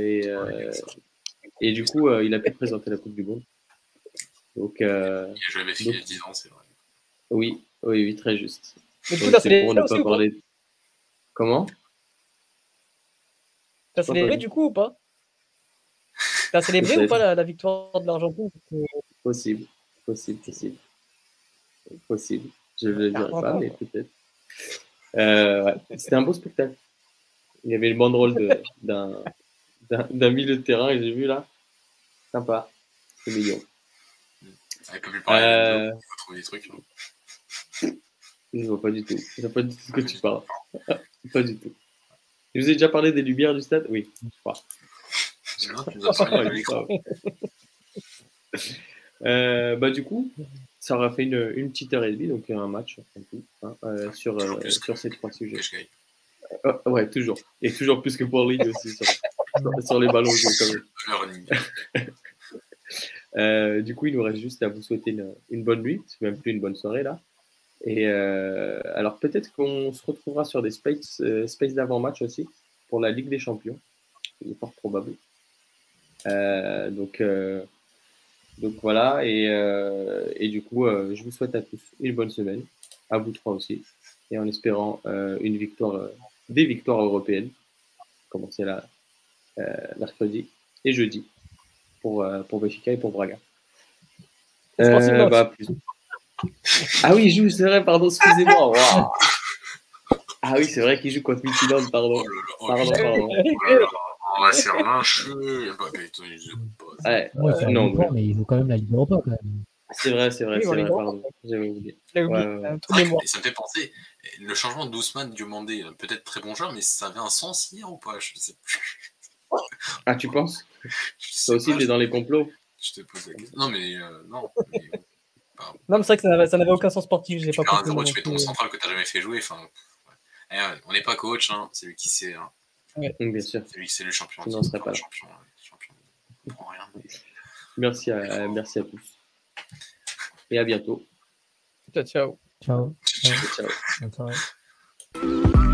Et du coup, il a pu présenter la Coupe du Monde. Donc, Il a joué avec il y a 10 ans, c'est vrai. Oui, très juste. Mais du coup, Donc, t'as c'est célébré pour ne aussi pas ou pas? parler. Comment? T'as célébré du coup ou pas? T'as célébré ou pas la victoire de l'Argentine? Possible. Je ne le dirai pas, mais peut-être. Ouais. C'était un beau spectacle. Il y avait le banderole d'un milieu de terrain et j'ai vu là. Sympa. C'est mignon. Comme il parlait, il faut trouver des trucs. Je vois pas du tout. Je vois pas du tout ce que tu parles. Pas du tout. Je vous ai déjà parlé des lumières du stade? Oui, je crois. Du coup, ça aura fait une petite heure et demie, donc un match en tout, sur ces 3 sujets. Ouais, toujours. Et toujours plus que pour Ligue aussi sur les ballons. Du coup, il nous reste juste à vous souhaiter une bonne nuit, c'est même plus une bonne soirée là. Et alors peut-être qu'on se retrouvera sur des spaces d'avant-match aussi pour la Ligue des Champions. C'est fort probable. Donc voilà, et du coup, je vous souhaite à tous une bonne semaine, à vous trois aussi, et en espérant des victoires européennes, commencer là mercredi et jeudi pour Benfica et pour Braga. Plus. Ah oui, il joue, c'est vrai, pardon, excusez-moi. Wow. Ah oui, c'est vrai qu'il joue contre Midtjylland, pardon. Pardon. On va se faire lyncher. Non, mais il joue quand même la Ligue Europa quand même. C'est vrai, pardon. J'avais oublié. Et ça me fait penser, le changement d'Ousmane Diomandé, peut-être très bon joueur, mais ça avait un sens hier ou pas? Je sais plus. Ah, tu penses? Toi aussi, t'es dans les complots? Je te pose la question. Non, mais non. Non, mais c'est vrai que ça n'avait aucun sens sportif. J'ai pas compris. Tu mets ton central que t'as jamais fait jouer. Enfin, on n'est pas coach, hein, c'est lui qui sait. Hein. Ouais. Bien sûr. C'est lui qui sait le champion. Sinon, on serait pas là. Champion. On prend rien. Mais... Merci à tous. Et à bientôt. Ciao. Ciao. Ciao.